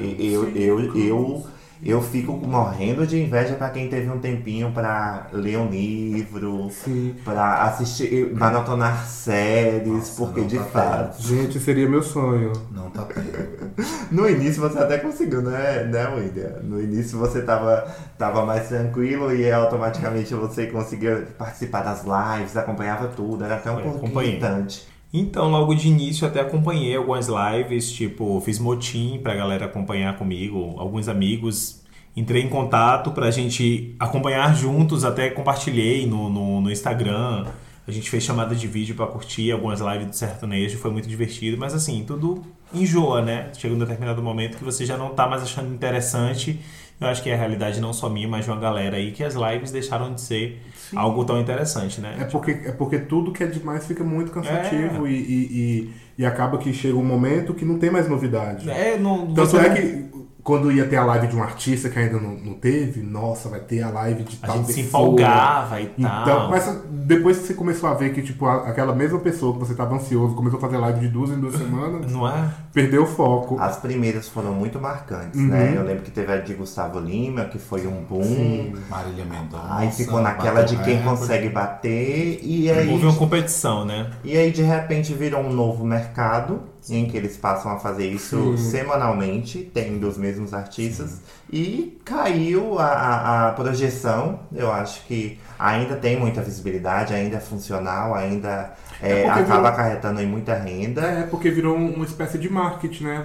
Speaker 2: eu fico morrendo de inveja para quem teve um tempinho para ler um livro, para assistir, maratonar séries,
Speaker 3: Nossa,
Speaker 2: porque de
Speaker 3: tá
Speaker 2: fato...
Speaker 4: Gente, seria meu sonho.
Speaker 3: Não tá tendo.
Speaker 2: No início você até conseguiu, né, William? No início você tava mais tranquilo e automaticamente você conseguia participar das lives, acompanhava tudo, era até um pouco irritante.
Speaker 1: Então, logo de início, eu até acompanhei algumas lives, tipo, fiz motim pra galera acompanhar comigo, alguns amigos. Entrei em contato pra gente acompanhar juntos, até compartilhei no Instagram. A gente fez chamada de vídeo pra curtir algumas lives do sertanejo, foi muito divertido. Mas assim, tudo enjoa, né? Chega um determinado momento que você já não tá mais achando interessante. Eu acho que é a realidade não só minha, mas de uma galera aí, que as lives deixaram de ser algo tão interessante, né?
Speaker 4: É porque tudo que é demais fica muito cansativo e acaba que chega um momento que não tem mais novidade. Tanto é que quando ia ter a live de um artista que ainda não teve, nossa, vai ter a live de tal pessoa. A gente
Speaker 1: se empolgava e tal.
Speaker 4: Então, mas depois que você começou a ver que tipo, aquela mesma pessoa que você estava ansioso começou a fazer live de 2 em 2 semanas,
Speaker 1: não é?
Speaker 4: Perdeu o foco.
Speaker 2: As primeiras foram muito marcantes, né? Eu lembro que teve a de Gustavo Lima, que foi um boom.
Speaker 3: Sim. Marília Mendonça.
Speaker 2: Aí ficou naquela de quem consegue bater, e aí...
Speaker 1: Houve uma competição, né?
Speaker 2: E aí, de repente, virou um novo mercado, em que eles passam a fazer isso semanalmente, tendo os mesmos artistas, e caiu a projeção. Eu acho que ainda tem muita visibilidade, ainda é funcional, ainda acaba acarretando em muita renda.
Speaker 4: É, porque virou uma espécie de marketing, né?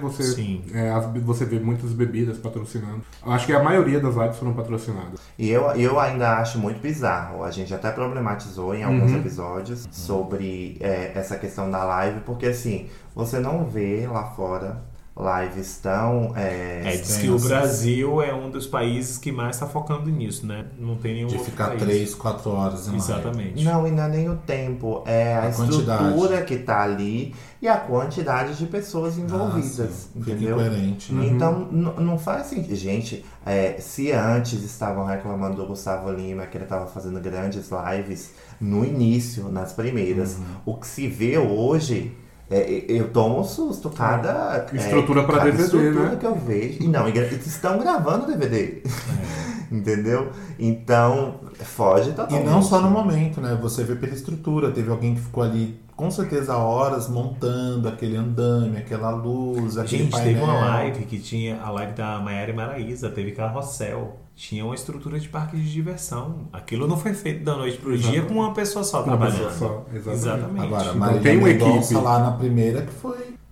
Speaker 4: Você vê muitas bebidas patrocinando. Eu acho que a maioria das lives foram patrocinadas.
Speaker 2: E eu ainda acho muito bizarro. A gente até problematizou em alguns episódios sobre essa questão da live, porque assim, você não vê lá fora lives tão...
Speaker 1: diz que o Brasil é um dos países que mais está focando nisso, né? Não tem nenhum
Speaker 3: de
Speaker 1: outro
Speaker 3: ficar
Speaker 1: país.
Speaker 3: 3, 4 horas em
Speaker 1: Exatamente.
Speaker 2: Não, e não é nem o tempo, é a estrutura que tá ali e a quantidade de pessoas envolvidas, entendeu?
Speaker 3: Fica incoerente.
Speaker 2: Então, não faz sentido. Gente, se antes estavam reclamando do Gustavo Lima, que ele estava fazendo grandes lives no início, nas primeiras, o que se vê hoje... eu tomo um susto, cada
Speaker 4: estrutura para DVD,
Speaker 2: estrutura
Speaker 4: né?
Speaker 2: que eu vejo. E não, eles estão gravando DVD. Entendeu? Então, foge totalmente.
Speaker 3: E não só no momento, né? Você vê pela estrutura. Teve alguém que ficou ali, com certeza, horas montando aquele andame, aquela luz, aquele
Speaker 1: Gente,
Speaker 3: painel.
Speaker 1: teve uma live que tinha a live da Maiara e Maraísa, teve carrossel. Tinha uma estrutura de parque de diversão. Aquilo não foi feito da noite pro dia com uma pessoa só trabalhando.
Speaker 4: Pessoa só, exatamente.
Speaker 3: Agora,
Speaker 4: Então,
Speaker 3: Marília
Speaker 4: tem uma
Speaker 3: Mendonça
Speaker 4: equipe
Speaker 3: lá na primeira que foi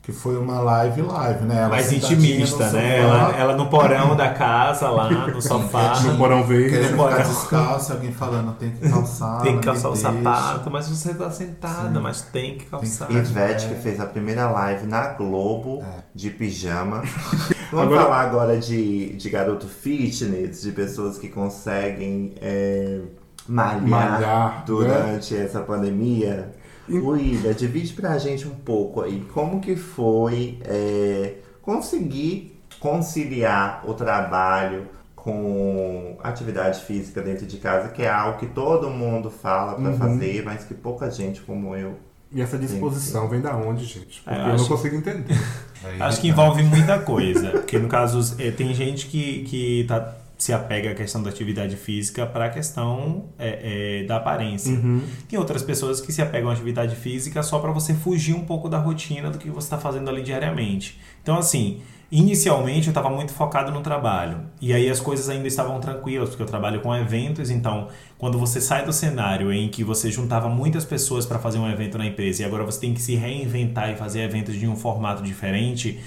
Speaker 3: Que foi uma live, né? Ela
Speaker 1: mais
Speaker 3: sentadinha
Speaker 1: intimista,
Speaker 3: no
Speaker 1: né?
Speaker 3: sofá,
Speaker 1: Ela no porão da casa, lá no sofá.
Speaker 4: No porão verde.
Speaker 3: querendo
Speaker 1: No porão.
Speaker 3: ficar descalço, alguém falando, tem que calçar.
Speaker 1: Tem
Speaker 3: não
Speaker 1: que
Speaker 3: me
Speaker 1: calçar o
Speaker 3: deixa.
Speaker 1: sapato, mas você tá sentada,
Speaker 3: Sim.
Speaker 1: mas tem que calçar.
Speaker 2: Ivete, que fez a primeira live na Globo, de pijama. Vamos
Speaker 4: Agora-
Speaker 2: falar agora de garoto fitness, de pessoas que conseguem malhar
Speaker 4: Malhar,
Speaker 2: durante essa pandemia. Ida, divide pra gente um pouco aí, como que foi conseguir conciliar o trabalho com atividade física dentro de casa, que é algo que todo mundo fala pra fazer, mas que pouca gente como eu.
Speaker 4: E essa disposição vem da onde, gente? Porque
Speaker 1: eu
Speaker 4: eu não
Speaker 1: acho-
Speaker 4: consigo entender.
Speaker 1: Acho que envolve muita coisa. Porque, no caso, tem gente que se apega à questão da atividade física para a questão da aparência. Tem outras pessoas que se apegam à atividade física só para você fugir um pouco da rotina do que você está fazendo ali diariamente. Então, assim, inicialmente eu estava muito focado no trabalho. E aí as coisas ainda estavam tranquilas, porque eu trabalho com eventos. Então, quando você sai do cenário em que você juntava muitas pessoas para fazer um evento na empresa e agora você tem que se reinventar e fazer eventos de um formato diferente,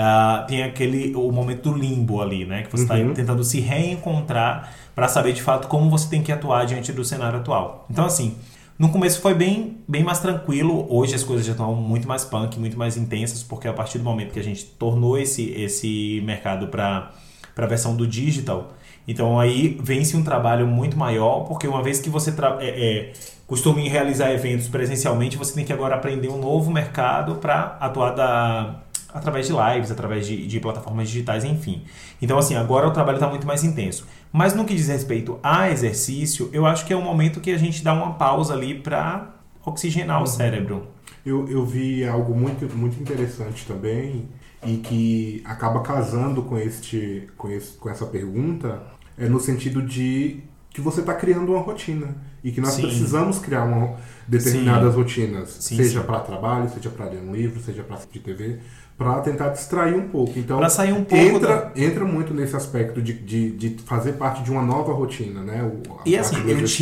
Speaker 1: tem o momento do limbo ali, né? Que você está tentando se reencontrar para saber de fato como você tem que atuar diante do cenário atual. Então, assim, no começo foi bem mais tranquilo. Hoje as coisas já estão muito mais punk, muito mais intensas, porque a partir do momento que a gente tornou esse mercado para a versão do digital, então aí vem-se um trabalho muito maior, porque uma vez que você costuma em realizar eventos presencialmente, você tem que agora aprender um novo mercado para atuar através de lives, através de plataformas digitais, enfim. Então, assim, agora o trabalho está muito mais intenso. Mas no que diz respeito a exercício, eu acho que é um momento que a gente dá uma pausa ali para oxigenar o cérebro.
Speaker 4: Eu vi algo muito, muito interessante também e que acaba casando com essa pergunta, no sentido de que você está criando uma rotina e que nós
Speaker 1: Sim.
Speaker 4: precisamos criar determinadas
Speaker 1: Sim.
Speaker 4: rotinas,
Speaker 1: Sim,
Speaker 4: seja
Speaker 1: sim.
Speaker 4: para trabalho, seja para ler um livro, seja para assistir TV, para tentar distrair um pouco. Então,
Speaker 1: Pra sair um pouco
Speaker 4: entra muito nesse aspecto de fazer parte de uma nova rotina, né?
Speaker 1: E assim,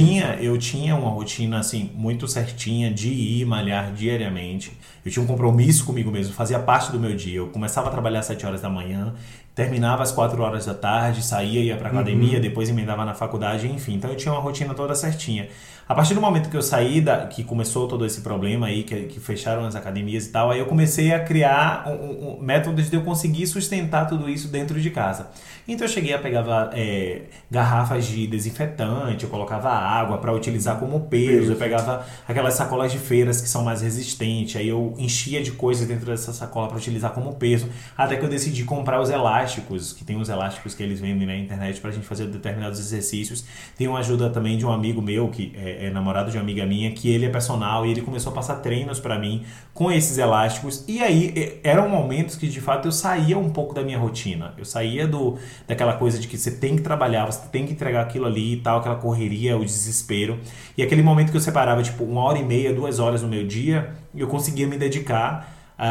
Speaker 1: eu tinha uma rotina assim muito certinha de ir malhar diariamente. Eu tinha um compromisso comigo mesmo, fazia parte do meu dia. Eu começava a trabalhar às 7 horas da manhã, terminava às 4 horas da tarde, ia pra academia, depois emendava na faculdade, enfim. Então eu tinha uma rotina toda certinha. A partir do momento que eu saí, que começou todo esse problema aí, que fecharam as academias e tal, aí eu comecei a criar métodos de eu conseguir sustentar tudo isso dentro de casa. Então eu cheguei a pegar garrafas de desinfetante, eu colocava água para utilizar como peso, eu pegava aquelas sacolas de feiras que são mais resistentes, aí eu enchia de coisas dentro dessa sacola para utilizar como peso, até que eu decidi comprar os elásticos, que tem uns elásticos que eles vendem na internet pra gente fazer determinados exercícios. Tem uma ajuda também de um amigo meu, que é namorado de uma amiga minha, que ele é personal e ele começou a passar treinos pra mim com esses elásticos. E aí eram momentos que de fato eu saía um pouco da minha rotina, eu saía daquela coisa de que você tem que trabalhar, você tem que entregar aquilo ali e tal, aquela correria, o desespero. E aquele momento que eu separava tipo 1h30, 2 horas no meu dia, eu conseguia me dedicar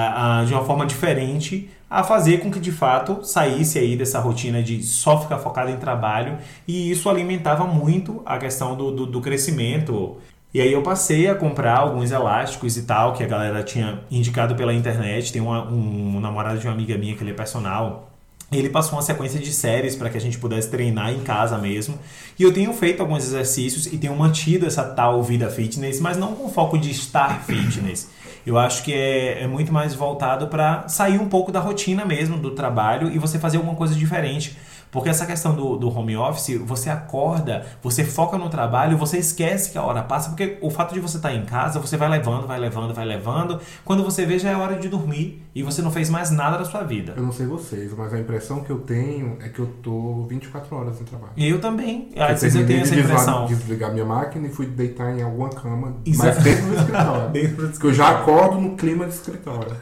Speaker 1: de uma forma diferente a fazer com que de fato saísse aí dessa rotina de só ficar focado em trabalho, e isso alimentava muito a questão do crescimento. E aí eu passei a comprar alguns elásticos e tal, que a galera tinha indicado pela internet. Tem um namorado de uma amiga minha que ele é personal. Ele passou uma sequência de séries para que a gente pudesse treinar em casa mesmo. E eu tenho feito alguns exercícios e tenho mantido essa tal vida fitness, mas não com foco de estar fitness. Eu acho que é muito mais voltado para sair um pouco da rotina mesmo, do trabalho, e você fazer alguma coisa diferente. Porque essa questão do home office, você acorda, você foca no trabalho, você esquece que a hora passa, porque o fato de você estar em casa, você vai levando, quando você vê já é hora de dormir e você não fez mais nada da sua vida.
Speaker 4: Eu não sei vocês, mas a impressão que eu tenho é que eu tô 24 horas no trabalho.
Speaker 1: E eu também, às vezes eu tenho essa impressão.
Speaker 4: Desligar minha máquina e fui deitar em alguma cama,
Speaker 1: Exato.
Speaker 4: mas dentro do escritório. Porque eu já acordo no clima de escritório.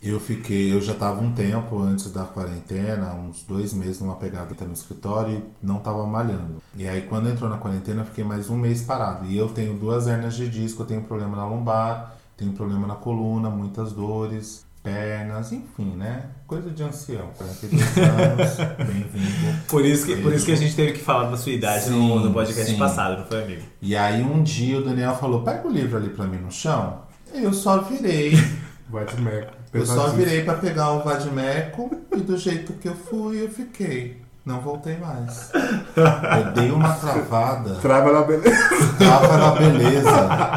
Speaker 3: Eu já estava um tempo antes da quarentena, uns 2 meses numa pegada no escritório e não estava malhando. E aí quando entrou na quarentena eu fiquei mais 1 mês parado. E eu tenho 2 hérnias de disco, eu tenho problema na lombar, tenho problema na coluna, muitas dores, pernas, enfim, né? Coisa de ancião, 42 anos, bem-vindo.
Speaker 1: Por isso que a gente teve que falar da sua idade no podcast
Speaker 3: sim.
Speaker 1: passado, não foi, amigo?
Speaker 3: E aí um dia o Daniel falou, pega o livro ali pra mim no chão. Eu só virei.
Speaker 4: Vai de meco.
Speaker 3: Eu só virei pra pegar o vadimeco e do jeito que eu fui, eu fiquei. Não voltei mais. Eu dei uma travada.
Speaker 4: Trava na beleza.
Speaker 3: Trava na beleza.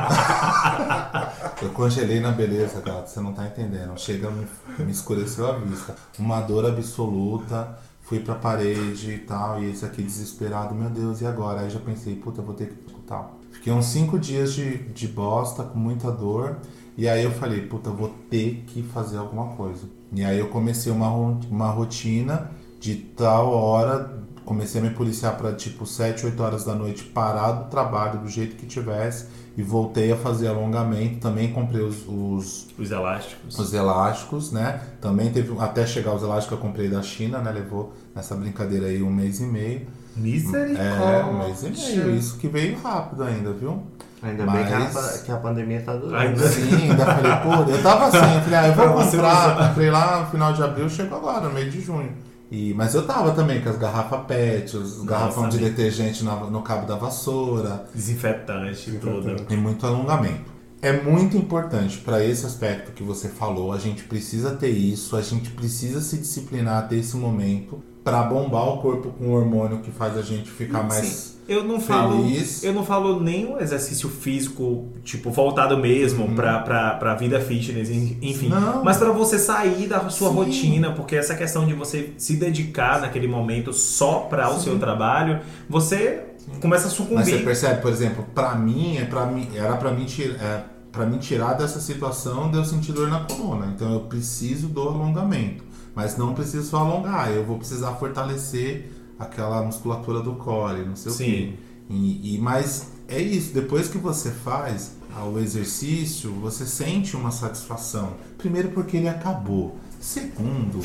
Speaker 3: Eu congelei na beleza, gato. Você não tá entendendo. Chega, me escureceu a vista. Uma dor absoluta. Fui pra parede e tal. E esse aqui desesperado. Meu Deus, e agora? Aí já pensei, puta, eu vou ter que escutar. Fiquei uns 5 dias de bosta, com muita dor. E aí eu falei, puta, eu vou ter que fazer alguma coisa. E aí eu comecei uma rotina de tal hora, comecei a me policiar para tipo 7, 8 horas da noite, parar do trabalho do jeito que tivesse e voltei a fazer alongamento. Também comprei os
Speaker 1: elásticos.
Speaker 3: Os elásticos, né? Também teve, até chegar os elásticos que eu comprei da China, né? Levou nessa brincadeira aí 1 mês e meio.
Speaker 1: Misericórdia.
Speaker 3: 1 mês e meio. Isso que veio rápido ainda, viu?
Speaker 2: Ainda bem que a pandemia tá durando.
Speaker 3: Sim, ainda falei, pô, eu tava assim, eu falei, eu vou comprar, comprei lá no final de abril, chegou agora, no meio de junho. Mas eu tava também com as garrafas PET, os garrafão de detergente no cabo da vassoura.
Speaker 1: Desinfetante, tudo.
Speaker 3: E muito alongamento. É muito importante para esse aspecto que você falou, a gente precisa ter isso, a gente precisa se disciplinar até esse momento para bombar o corpo com o hormônio que faz a gente ficar mais feliz.
Speaker 1: Eu não falo nem um exercício físico, tipo, voltado mesmo pra vida fitness, enfim.
Speaker 3: Não.
Speaker 1: Mas para você sair da sua rotina, porque essa questão de você se dedicar naquele momento só para o seu trabalho, você começa a sucumbir.
Speaker 3: Mas você percebe, por exemplo, para mim era para mim tirar dessa situação de eu sentir dor na coluna. Então eu preciso do alongamento, mas não preciso só alongar, eu vou precisar fortalecer aquela musculatura do core, não sei o quê. Mas é isso, depois que você faz o exercício, você sente uma satisfação. Primeiro porque ele acabou. Segundo,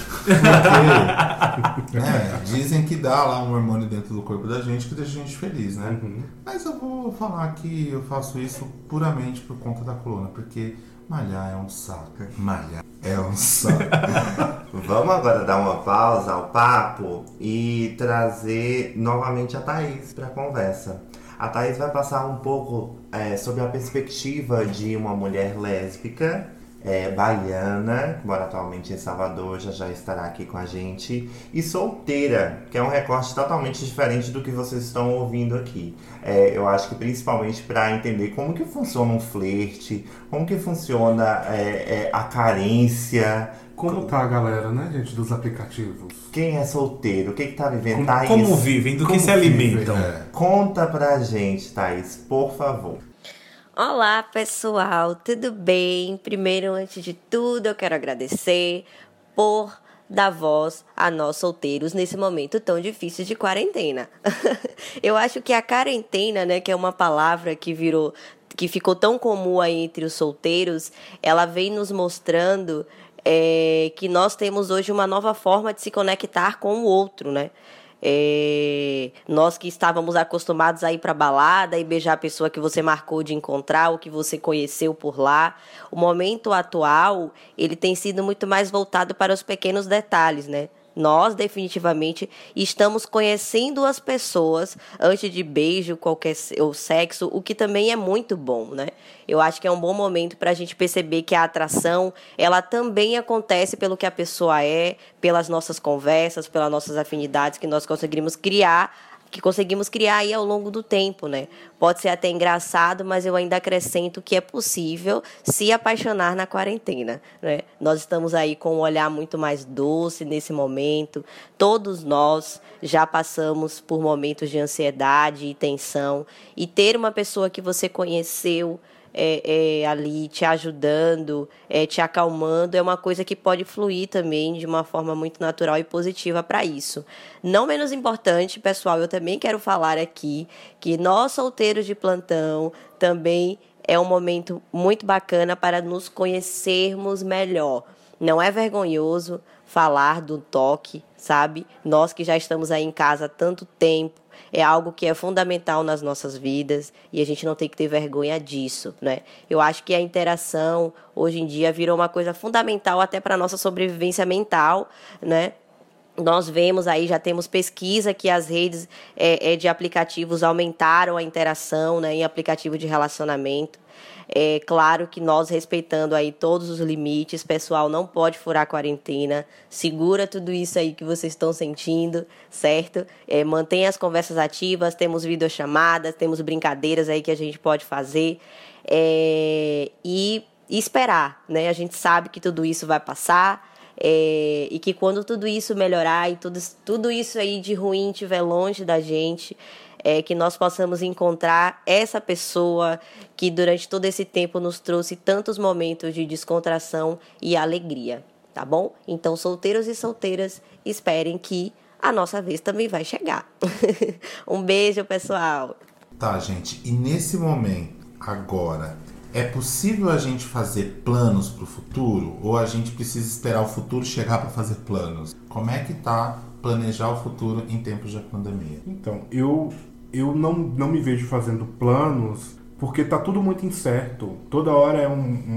Speaker 3: porque dizem que dá lá um hormônio dentro do corpo da gente que deixa a gente feliz, né? Mas eu vou falar que eu faço isso puramente por conta da coluna, porque malhar é um saco. Malhar é um saco.
Speaker 2: Vamos agora dar uma pausa ao papo e trazer novamente a Thaís para a conversa. A Thaís vai passar um pouco sobre a perspectiva de uma mulher lésbica, baiana, que mora atualmente em Salvador, já estará aqui com a gente, e solteira, que é um recorte totalmente diferente do que vocês estão ouvindo aqui. Eu acho que principalmente para entender como que funciona um flerte, como que funciona a carência.
Speaker 4: Como tá a galera, né, gente, dos aplicativos?
Speaker 2: Quem é solteiro? O que tá vivendo? Thaís,
Speaker 1: como vivem? Do que se alimentam?
Speaker 2: Conta pra gente, Thaís, por favor.
Speaker 5: Olá, pessoal, tudo bem? Primeiro, antes de tudo, eu quero agradecer por dar voz a nós solteiros nesse momento tão difícil de quarentena. Eu acho que a quarentena, né, que é uma palavra que ficou tão comum aí entre os solteiros, ela vem nos mostrando que nós temos hoje uma nova forma de se conectar com o outro, né? Nós que estávamos acostumados a ir para balada e beijar a pessoa que você marcou de encontrar ou que você conheceu por lá, o momento atual ele tem sido muito mais voltado para os pequenos detalhes, né? Nós definitivamente estamos conhecendo as pessoas antes de beijo, qualquer ou sexo, o que também é muito bom, né? Eu acho que é um bom momento para a gente perceber que a atração, ela também acontece pelo que a pessoa é, pelas nossas conversas, pelas nossas afinidades que nós conseguimos criar aí ao longo do tempo, né? Pode ser até engraçado, mas eu ainda acrescento que é possível se apaixonar na quarentena, né? Nós estamos aí com um olhar muito mais doce nesse momento. Todos nós já passamos por momentos de ansiedade e tensão. E ter uma pessoa que você conheceu ali te ajudando, te acalmando, é uma coisa que pode fluir também de uma forma muito natural e positiva para isso. Não menos importante, pessoal, eu também quero falar aqui que nós solteiros de plantão também é um momento muito bacana para nos conhecermos melhor. Não é vergonhoso falar do toque, sabe? Nós que já estamos aí em casa há tanto tempo, é algo que é fundamental nas nossas vidas e a gente não tem que ter vergonha disso, né? Eu acho que a interação, hoje em dia, virou uma coisa fundamental até para a nossa sobrevivência mental, né? Nós vemos aí, já temos pesquisa que as redes de aplicativos aumentaram a interação, né, em aplicativo de relacionamento. É claro que nós respeitando aí todos os limites, pessoal, não pode furar a quarentena, segura tudo isso aí que vocês estão sentindo, certo? Mantenha as conversas ativas, temos videochamadas, temos brincadeiras aí que a gente pode fazer e esperar, né? A gente sabe que tudo isso vai passar e que quando tudo isso melhorar e tudo isso aí de ruim estiver longe da gente, que nós possamos encontrar essa pessoa que durante todo esse tempo nos trouxe tantos momentos de descontração e alegria, tá bom? Então, solteiros e solteiras, esperem que a nossa vez também vai chegar. Um beijo, pessoal!
Speaker 3: Tá, gente, e nesse momento, agora, é possível a gente fazer planos pro futuro? Ou a gente precisa esperar o futuro chegar para fazer planos? Como é que tá planejar o futuro em tempos de pandemia?
Speaker 4: Então, eu não me vejo fazendo planos porque tá tudo muito incerto. Toda hora é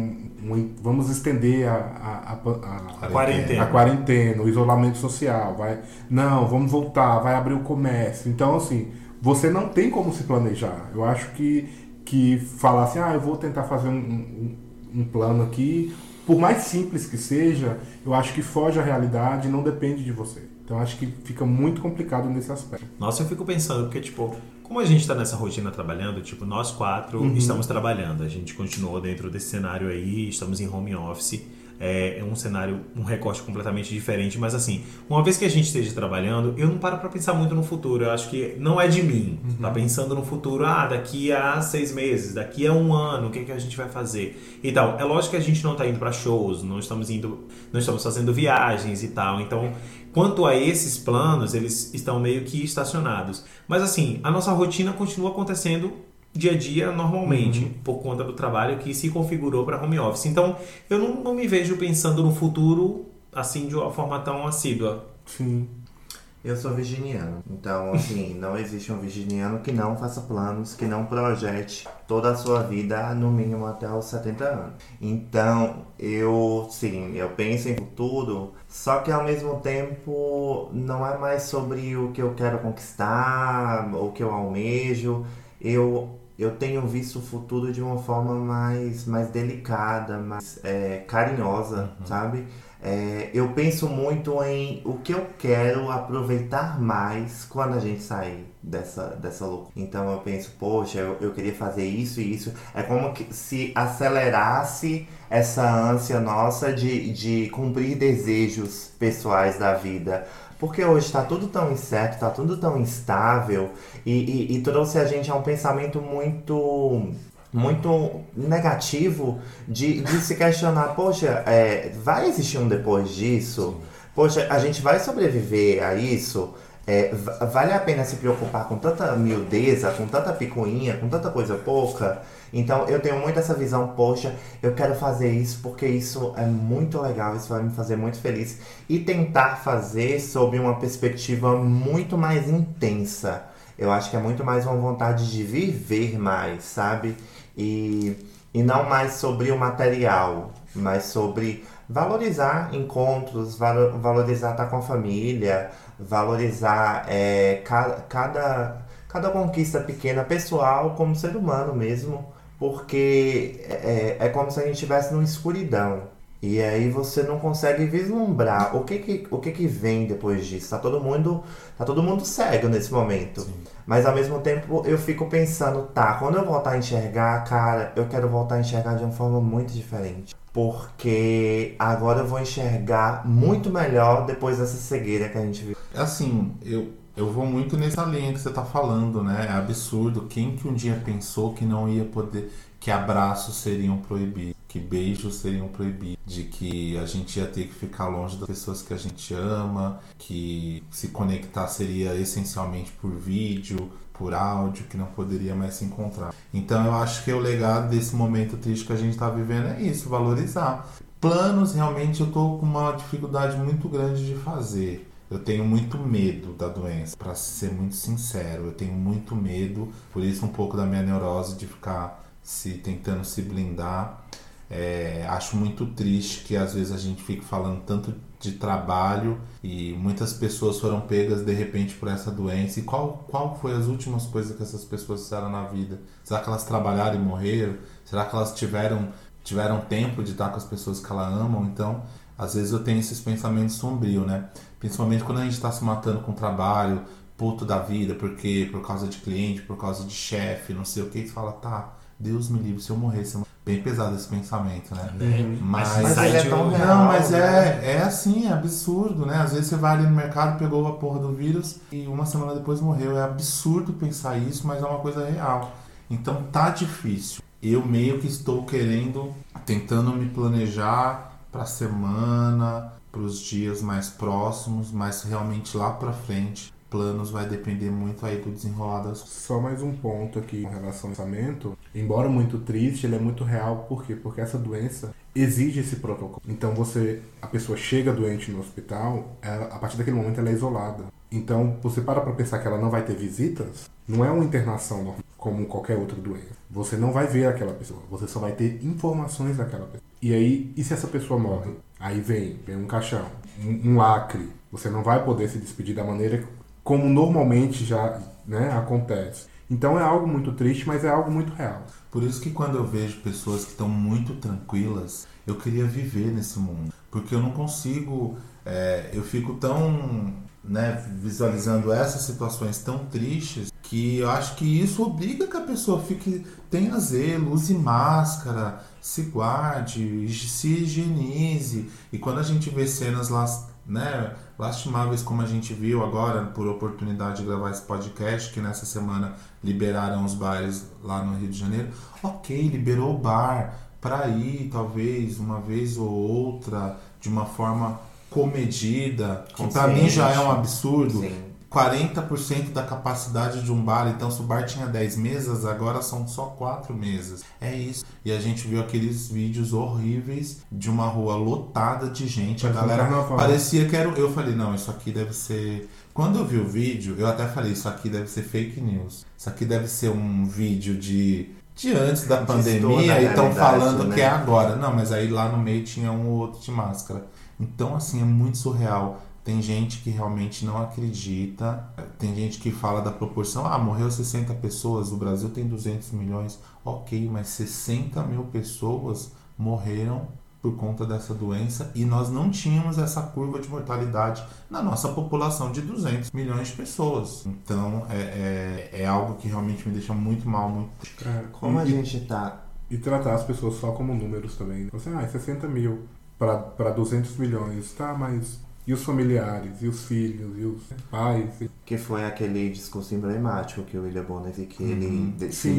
Speaker 4: vamos estender a quarentena, o isolamento social. Vamos voltar, vai abrir o comércio. Então, assim, você não tem como se planejar. Eu acho que falar assim, eu vou tentar fazer um plano aqui, por mais simples que seja, eu acho que foge à realidade e não depende de você. Então acho que fica muito complicado nesse aspecto.
Speaker 1: Nossa, eu fico pensando, porque, tipo, como a gente tá nessa rotina trabalhando, tipo, nós 4 estamos trabalhando, a gente continuou dentro desse cenário aí, estamos em home office, é um cenário, um recorte completamente diferente, mas assim, uma vez que a gente esteja trabalhando, eu não paro pra pensar muito no futuro, eu acho que não é de mim, tá pensando no futuro, daqui a 6 meses, daqui a 1 ano, o que a gente vai fazer e tal. É lógico que a gente não tá indo pra shows, não estamos fazendo viagens e tal, então, quanto a esses planos, eles estão meio que estacionados. Mas assim, a nossa rotina continua acontecendo dia a dia normalmente, por conta do trabalho que se configurou para home office. Então, eu não me vejo pensando no futuro assim de uma forma tão assídua.
Speaker 4: Sim.
Speaker 2: Eu sou virginiano, então assim, não existe um virginiano que não faça planos, que não projete toda a sua vida no mínimo até os 70 anos. Então, eu penso em futuro, só que ao mesmo tempo não é mais sobre o que eu quero conquistar, o que eu almejo. Eu tenho visto o futuro de uma forma mais delicada, mais carinhosa, sabe? Eu penso muito em o que eu quero aproveitar mais quando a gente sair dessa loucura. Então eu penso, poxa, eu queria fazer isso e isso. É como que se acelerasse essa ânsia nossa de cumprir desejos pessoais da vida. Porque hoje está tudo tão incerto, está tudo tão instável e trouxe a gente a um pensamento muito negativo de se questionar, poxa, vai existir um depois disso? Poxa, a gente vai sobreviver a isso? Vale a pena se preocupar com tanta miudeza, com tanta picuinha, com tanta coisa pouca? Então eu tenho muito essa visão, poxa, eu quero fazer isso porque isso é muito legal, isso vai me fazer muito feliz. E tentar fazer sob uma perspectiva muito mais intensa. Eu acho que é muito mais uma vontade de viver mais, sabe? E não mais sobre o material, mas sobre valorizar encontros, valorizar estar com a família, valorizar cada conquista pequena, pessoal, como ser humano mesmo, porque é como se a gente estivesse numa escuridão. E aí você não consegue vislumbrar o que vem depois disso. Tá todo mundo cego nesse momento. Sim. Mas ao mesmo tempo eu fico pensando, quando eu voltar a enxergar, cara, eu quero voltar a enxergar de uma forma muito diferente. Porque agora eu vou enxergar muito melhor depois dessa cegueira que a gente viu.
Speaker 3: Assim, eu vou muito nessa linha que você tá falando, né? É absurdo. Quem que um dia pensou que não ia poder, que abraços seriam proibidos, que beijos seriam proibidos, de que a gente ia ter que ficar longe das pessoas que a gente ama, que se conectar seria essencialmente por vídeo, por áudio, que não poderia mais se encontrar. Então eu acho que o legado desse momento triste que a gente tá vivendo é isso, valorizar. Planos, realmente, eu tô com uma dificuldade muito grande de fazer. Eu tenho muito medo da doença, pra ser muito sincero. Eu tenho muito medo, por isso um pouco da minha neurose de ficar tentando se blindar. Acho muito triste que às vezes a gente fique falando tanto de trabalho e muitas pessoas foram pegas de repente por essa doença. E qual foi as últimas coisas que essas pessoas fizeram na vida? Será que elas trabalharam e morreram? Será que elas tiveram tempo de estar com as pessoas que elas amam? Então, às vezes eu tenho esses pensamentos sombrios, né? Principalmente quando a gente está se matando com trabalho, puto da vida, porque por causa de cliente, por causa de chefe, não sei o que, e fala, tá, Deus me livre se eu morresse. Bem pesado esse pensamento, né?
Speaker 2: Mas ele é tão real.
Speaker 3: Não, mas é assim, é absurdo, né? Às vezes você vai ali no mercado, pegou a porra do vírus e uma semana depois morreu. É absurdo pensar isso, mas é uma coisa real. Então tá difícil. Eu meio que estou tentando me planejar pra semana, pros dias mais próximos, mas realmente lá pra frente planos vai depender muito aí do desenrolar das coisas.
Speaker 4: Só mais um ponto aqui em relação ao pensamento. Embora muito triste, ele é muito real. Por quê? Porque essa doença exige esse protocolo. Então a pessoa chega doente no hospital, a partir daquele momento ela é isolada. Então você para pensar que ela não vai ter visitas, não é uma internação normal, como qualquer outra doença. Você não vai ver aquela pessoa, você só vai ter informações daquela pessoa. E se essa pessoa morre? Aí vem um caixão, um lacre. Você não vai poder se despedir da maneira como normalmente já, né, acontece. Então é algo muito triste, mas é algo muito real.
Speaker 3: Por isso que quando eu vejo pessoas que estão muito tranquilas, eu queria viver nesse mundo. Porque eu não consigo, eu fico tão, né, visualizando essas situações tão tristes, que eu acho que isso obriga que a pessoa tenha zelo, use máscara, se guarde, se higienize. E quando a gente vê cenas lá, né, lastimáveis como a gente viu agora, por oportunidade de gravar esse podcast, que nessa semana liberaram os bares lá no Rio de Janeiro. Ok, liberou o bar para ir talvez uma vez ou outra de uma forma comedida, que para mim já é um absurdo.
Speaker 2: Sim.
Speaker 3: 40% da capacidade de um bar, então se o bar tinha 10 mesas, agora são só 4 mesas. É isso. E a gente viu aqueles vídeos horríveis de uma rua lotada de gente. A galera parecia que era... Eu falei, não, isso aqui deve ser... Quando eu vi o vídeo, eu até falei, isso aqui deve ser fake news. Isso aqui deve ser um vídeo de antes da pandemia e estão falando, né, que é agora. Não, mas aí lá no meio tinha um ou outro de máscara. Então, assim, é muito surreal. Tem gente que realmente não acredita, tem gente que fala da proporção, morreu 60 pessoas, o Brasil tem 200 milhões, ok, mas 60 mil pessoas morreram por conta dessa doença e nós não tínhamos essa curva de mortalidade na nossa população de 200 milhões de pessoas. Então é algo que realmente me deixa muito mal, muito...
Speaker 2: Como a gente tá...
Speaker 4: E tratar as pessoas só como números também. Assim, 60 mil para 200 milhões, tá, mas... E os familiares, e os filhos, e os pais.
Speaker 2: Que foi aquele discurso emblemático que o William Bonner, que ele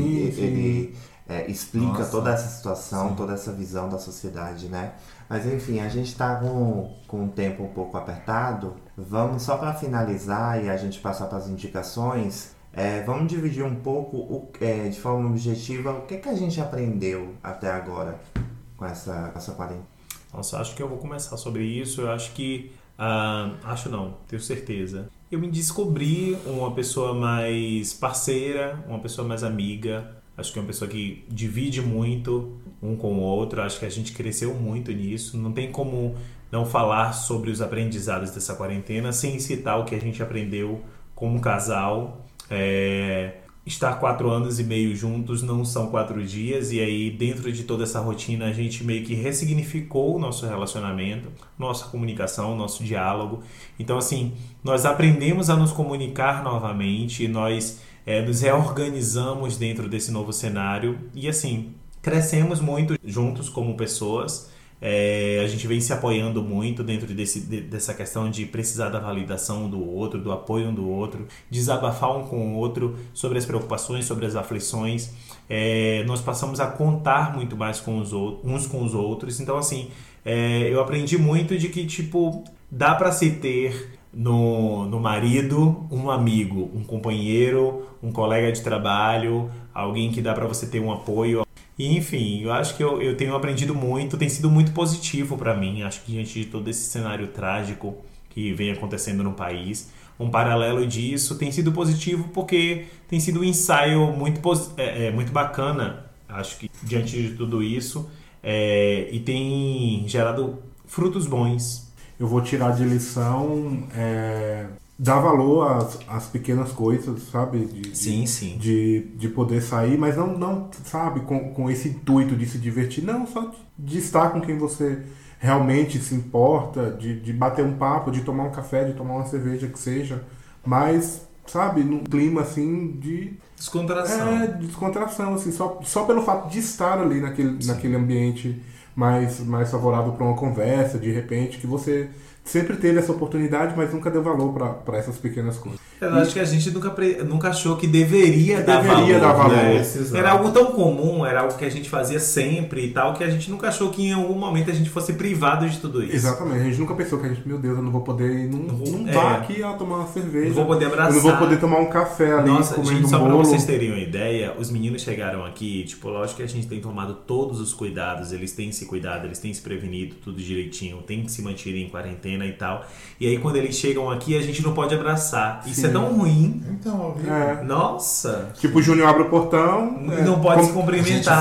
Speaker 2: explica toda essa situação, toda essa visão da sociedade, né? Mas enfim, a gente tá com o tempo um pouco apertado. Vamos, só para finalizar e a gente passar para as indicações, vamos dividir um pouco, de forma objetiva, o que a gente aprendeu até agora com essa quarentena.
Speaker 1: Nossa, acho que eu vou começar sobre isso. Eu acho que... acho não, tenho certeza. Eu me descobri uma pessoa mais parceira, uma pessoa mais amiga. Acho que é uma pessoa que divide muito um com o outro. Acho que a gente cresceu muito nisso. Não tem como não falar sobre os aprendizados dessa quarentena sem citar o que a gente aprendeu como casal. Estar 4 anos e meio juntos não são 4 dias, e aí dentro de toda essa rotina a gente meio que ressignificou o nosso relacionamento, nossa comunicação, nosso diálogo. Então assim, nós aprendemos a nos comunicar novamente, nós nos reorganizamos dentro desse novo cenário e assim, crescemos muito juntos como pessoas. A gente vem se apoiando muito dentro dessa questão de precisar da validação do outro, do apoio um do outro, desabafar um com o outro sobre as preocupações, sobre as aflições. Nós passamos a contar muito mais uns com os outros. Então assim, eu aprendi muito de que dá para se ter no marido um amigo, um companheiro, um colega de trabalho, alguém que dá para você ter um apoio. E, enfim, eu acho que eu tenho aprendido muito, tem sido muito positivo para mim. Acho que diante de todo esse cenário trágico que vem acontecendo no país, um paralelo disso tem sido positivo porque tem sido um ensaio muito bacana. Acho que diante de tudo isso, e tem gerado frutos bons.
Speaker 4: Eu vou tirar de lição dar valor às pequenas coisas, sabe?
Speaker 1: Sim.
Speaker 4: De poder sair, mas não sabe, com esse intuito de se divertir. Não, só de estar com quem você realmente se importa, de bater um papo, de tomar um café, de tomar uma cerveja, que seja. Mas, sabe, num clima assim de...
Speaker 1: Descontração.
Speaker 4: Descontração, assim, só pelo fato de estar ali naquele ambiente mais favorável para uma conversa, de repente, que você sempre teve essa oportunidade, mas nunca deu valor para essas pequenas coisas.
Speaker 1: Eu acho que a gente nunca achou que deveria dar valor. Né? Era algo tão comum, era algo que a gente fazia sempre e tal, que a gente nunca achou que em algum momento a gente fosse privado de tudo isso.
Speaker 4: Exatamente, a gente nunca pensou que a gente, meu Deus, eu não vou poder ir num bar aqui a tomar uma cerveja.
Speaker 1: Não vou poder abraçar.
Speaker 4: Eu não vou poder tomar um café ali, comendo
Speaker 1: gente, só
Speaker 4: um bolo.
Speaker 1: pra vocês terem uma ideia, os meninos chegaram aqui, tipo, lógico que a gente tem tomado todos os cuidados, eles têm se cuidado, eles têm se prevenido, tudo direitinho, tem que se manter em quarentena e tal. E aí quando eles chegam aqui, a gente não pode abraçar. Sim. Isso é tão ruim.
Speaker 3: Então,
Speaker 1: Nossa!
Speaker 4: Tipo, o Júnior abre o portão.
Speaker 1: Não pode se cumprimentar.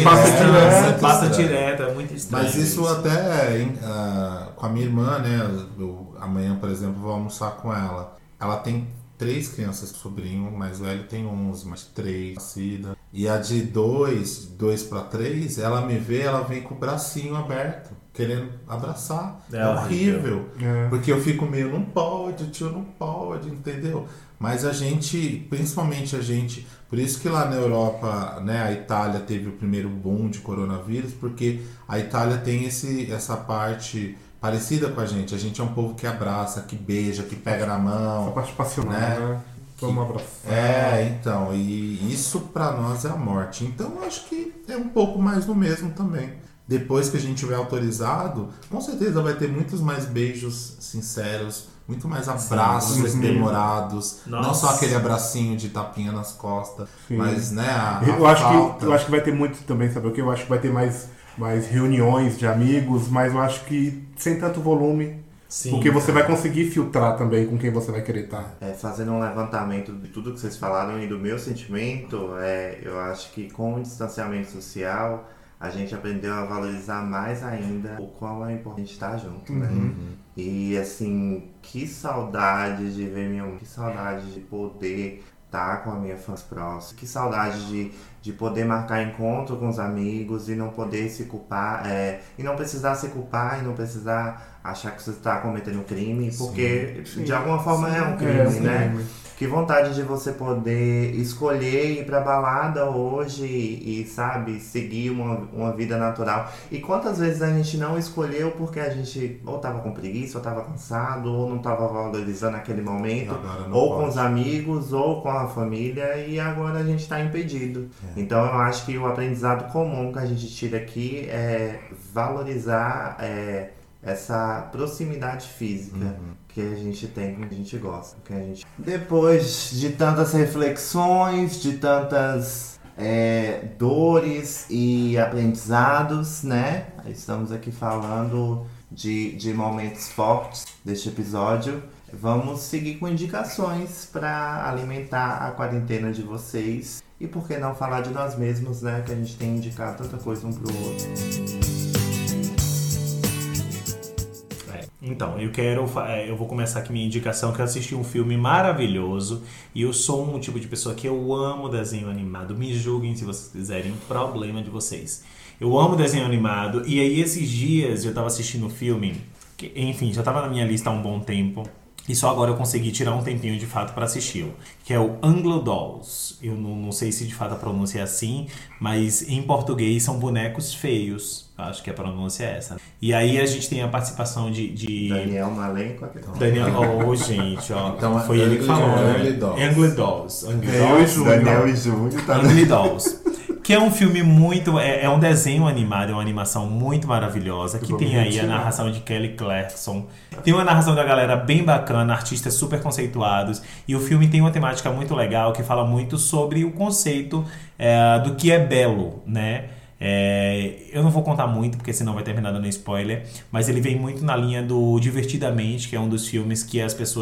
Speaker 1: Passa direto, é muito estranho.
Speaker 3: Mas isso até com a minha irmã, né? Amanhã, por exemplo, vou almoçar com ela. Ela tem 3 crianças, sobrinho, o mais velho tem 11, mas 3 nascida. E a de 2 para 3, ela me vê, ela vem com o bracinho aberto, querendo abraçar. É horrível. Porque eu fico meio, não pode, tio, não pode, entendeu? Mas a gente, principalmente a gente, por isso que lá na Europa, né, a Itália teve o primeiro boom de coronavírus, porque a Itália tem essa parte parecida com a gente é um povo que abraça, que beija, que pega na mão.
Speaker 4: Essa parte passional, né? Vamos
Speaker 3: abraçar. Então, e isso pra nós é a morte. Então eu acho que é um pouco mais do mesmo também. Depois que a gente tiver autorizado, com certeza vai ter muitos mais beijos sinceros, muito mais abraços demorados, não só aquele abracinho de tapinha nas costas, mas, né,
Speaker 4: eu acho que vai ter muito também, sabe o que? Eu acho que vai ter mais reuniões de amigos, mas eu acho que sem tanto volume. Sim, porque você vai conseguir filtrar também com quem você vai querer estar.
Speaker 2: Fazendo um levantamento de tudo que vocês falaram e do meu sentimento, eu acho que com o distanciamento social, a gente aprendeu a valorizar mais ainda o quão é importante estar junto, né? E assim, que saudade de ver que saudade de poder estar com a minha fãs próxima, que saudade de poder marcar encontro com os amigos e não poder se culpar, e não precisar se culpar e não precisar achar que você está cometendo um crime, porque de alguma forma é um crime, né? Que vontade de você poder escolher ir pra balada hoje e sabe, seguir uma vida natural. E quantas vezes a gente não escolheu porque a gente ou tava com preguiça, ou tava cansado, ou não tava valorizando aquele momento, ou com os amigos, ou com a família, e agora a gente tá impedido. Então eu acho que o aprendizado comum que a gente tira aqui é valorizar essa proximidade física que a gente tem, que a gente gosta. Depois de tantas reflexões, de tantas dores e aprendizados, né? Estamos aqui falando de momentos fortes deste episódio. Vamos seguir com indicações para alimentar a quarentena de vocês. E por que não falar de nós mesmos, né? Que a gente tem indicado tanta coisa um pro outro.
Speaker 1: Então, eu vou começar aqui minha indicação, que eu assisti um filme maravilhoso e eu sou um tipo de pessoa que eu amo desenho animado. Me julguem se vocês quiserem, problema de vocês. Eu amo desenho animado e aí esses dias eu tava assistindo um filme, que, enfim, já tava na minha lista há um bom tempo e só agora eu consegui tirar um tempinho de fato para assistir, que é o Anglo Dolls. Eu não sei se de fato a pronúncia é assim, mas em português são bonecos feios. Acho que a pronúncia é essa. E aí a gente tem a participação de
Speaker 2: Daniel Malenco.
Speaker 1: Daniel, gente, ó.
Speaker 3: Então,
Speaker 1: foi ele que falou, né? Anglo Dolls.
Speaker 2: Daniel e Júnior.
Speaker 1: Anglo Dolls. Que é um filme muito... É um desenho animado, é uma animação muito maravilhosa, que tem aí a narração de Kelly Clarkson. Tem uma narração da galera bem bacana, artistas super conceituados. E o filme tem uma temática muito legal, que fala muito sobre o conceito do que é belo, né? Eu não vou contar muito, porque senão vai terminar dando spoiler, mas ele vem muito na linha do Divertidamente, que é um dos filmes que as pessoas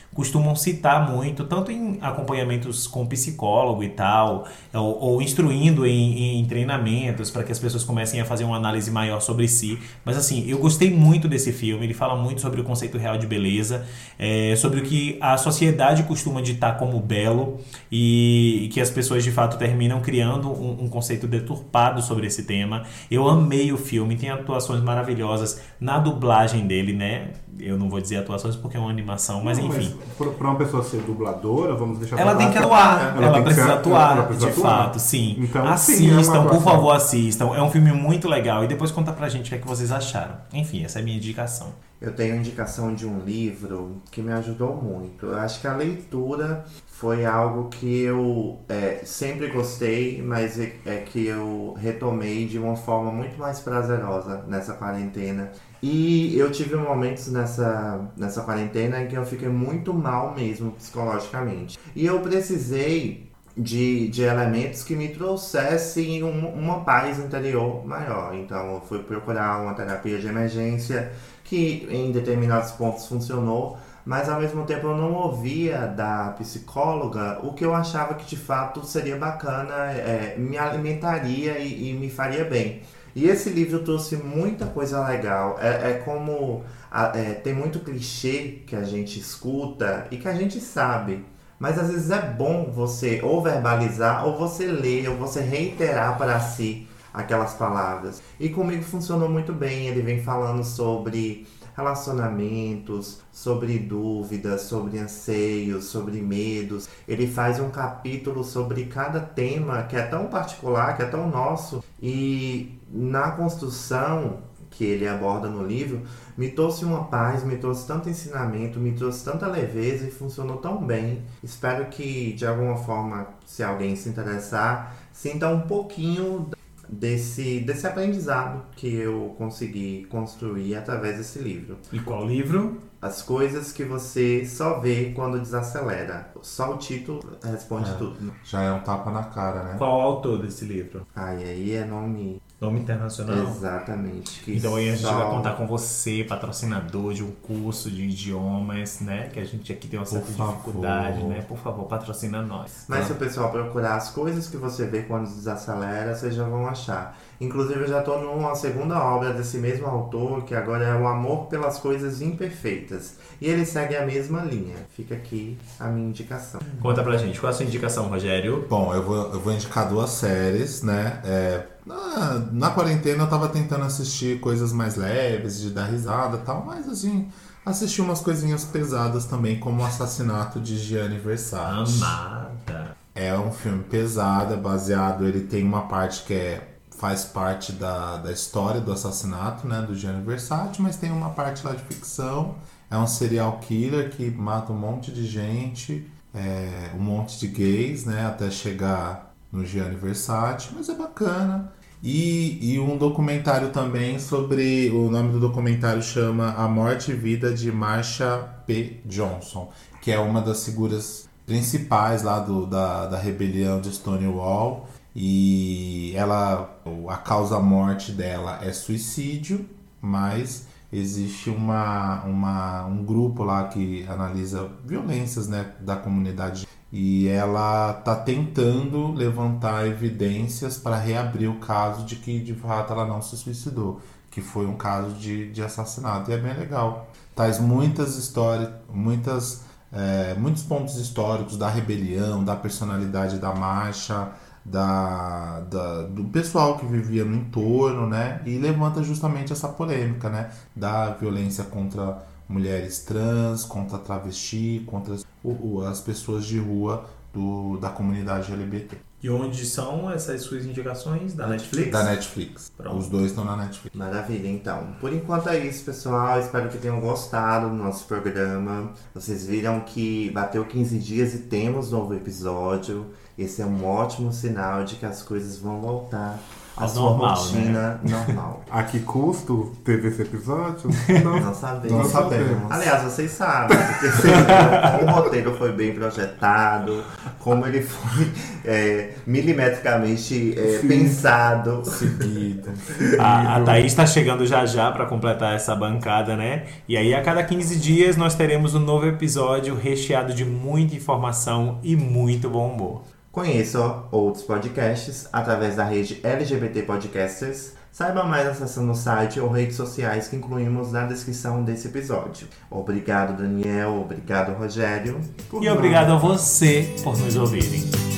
Speaker 1: costumam citar muito, tanto em acompanhamentos com psicólogo e tal, ou instruindo em treinamentos para que as pessoas comecem a fazer uma análise maior sobre si. Mas assim, eu gostei muito desse filme, ele fala muito sobre o conceito real de beleza, sobre o que a sociedade costuma ditar como belo e que as pessoas de fato terminam criando um conceito deturpado sobre esse tema. Eu amei o filme, tem atuações maravilhosas na dublagem dele, né? Eu não vou dizer atuações porque é uma animação, mas enfim.
Speaker 4: Mas para uma pessoa ser dubladora, vamos deixar
Speaker 1: ela tem que atuar, ela precisa atuar, de fato, sim. Então, assistam, por favor, assistam. É um filme muito legal. E depois conta pra gente o que é que vocês acharam. Enfim, essa é a minha indicação.
Speaker 2: Eu tenho indicação de um livro que me ajudou muito. Eu acho que a leitura foi algo que eu sempre gostei, mas que eu retomei de uma forma muito mais prazerosa nessa quarentena. E eu tive momentos nessa quarentena em que eu fiquei muito mal mesmo psicologicamente. E eu precisei de elementos que me trouxessem uma paz interior maior. Então eu fui procurar uma terapia de emergência que em determinados pontos funcionou, mas ao mesmo tempo eu não ouvia da psicóloga o que eu achava que de fato seria bacana, me alimentaria e me faria bem. E esse livro trouxe muita coisa legal. Tem muito clichê que a gente escuta e que a gente sabe. Mas às vezes é bom você ou verbalizar, ou você ler, ou você reiterar para si aquelas palavras. E comigo funcionou muito bem. Ele vem falando sobre relacionamentos, sobre dúvidas, sobre anseios, sobre medos. Ele faz um capítulo sobre cada tema que é tão particular, que é tão nosso. E na construção que ele aborda no livro, me trouxe uma paz, me trouxe tanto ensinamento, me trouxe tanta leveza e funcionou tão bem. Espero que, de alguma forma, se alguém se interessar, sinta um pouquinho desse aprendizado que eu consegui construir através desse livro.
Speaker 1: E qual livro?
Speaker 2: As coisas que você só vê quando desacelera. Só o título responde tudo.
Speaker 3: Já é um tapa na cara, né?
Speaker 1: Qual o autor desse livro?
Speaker 2: Aí é nome
Speaker 1: internacional?
Speaker 2: Exatamente.
Speaker 1: Então aí a gente vai contar com você, patrocinador de um curso de idiomas, né? Que a gente aqui tem uma certa dificuldade, né? Por favor, patrocina nós.
Speaker 2: Mas se o pessoal procurar as coisas que você vê quando desacelera, vocês já vão achar. Inclusive eu já estou numa segunda obra desse mesmo autor, que agora é O Amor pelas Coisas Imperfeitas. E ele segue a mesma linha. Fica aqui a minha indicação.
Speaker 1: Conta pra gente, qual é a sua indicação, Rogério?
Speaker 3: Bom, eu vou indicar 2 séries, né? Na quarentena eu tava tentando assistir coisas mais leves, de dar risada e tal, mas assim, assisti umas coisinhas pesadas também, como O Assassinato de Gianni Versace.
Speaker 1: Amada!
Speaker 3: É um filme pesado, é baseado, ele tem uma parte que faz parte da história do assassinato, né, do Gianni Versace, mas tem uma parte lá de ficção. É um serial killer que mata um monte de gente, um monte de gays, né, até chegar no Gianni Versace, mas é bacana. E um documentário também sobre, o nome do documentário chama A Morte e Vida de Marsha P. Johnson, que é uma das figuras principais lá da rebelião de Stonewall. E a causa-morte dela é suicídio, mas existe um grupo lá que analisa violências, né, da comunidade, e ela está tentando levantar evidências para reabrir o caso de que de fato ela não se suicidou, que foi um caso de assassinato, e é bem legal. Traz muitas histórias, muitos pontos históricos da rebelião, da personalidade da Marsha, do pessoal que vivia no entorno, né? E levanta justamente essa polêmica, né? Da violência contra mulheres trans, contra travesti, contra as pessoas de rua da comunidade LGBT.
Speaker 1: E onde são essas suas indicações? Da Netflix?
Speaker 3: Da Netflix. Pronto. Os 2 estão na Netflix.
Speaker 2: Maravilha, então. Por enquanto é isso, pessoal. Espero que tenham gostado do nosso programa. Vocês viram que bateu 15 dias e temos novo episódio. Esse é um ótimo sinal de que as coisas vão voltar a
Speaker 1: Ao
Speaker 2: sua
Speaker 1: normal,
Speaker 2: rotina normal.
Speaker 4: A que custo teve esse episódio?
Speaker 2: Não sabemos.
Speaker 3: Não sabemos.
Speaker 2: Aliás, vocês sabem, porque vocês viram como o roteiro foi bem projetado, como ele foi milimetricamente pensado.
Speaker 3: Seguida.
Speaker 1: A Thaís está chegando já já para completar essa bancada, né? E aí, a cada 15 dias, nós teremos um novo episódio recheado de muita informação e muito bom humor.
Speaker 2: Conheça outros podcasts através da rede LGBT Podcasters. Saiba mais acessando o site ou redes sociais que incluímos na descrição desse episódio. Obrigado, Daniel. Obrigado, Rogério.
Speaker 1: E obrigado a você por nos ouvirem.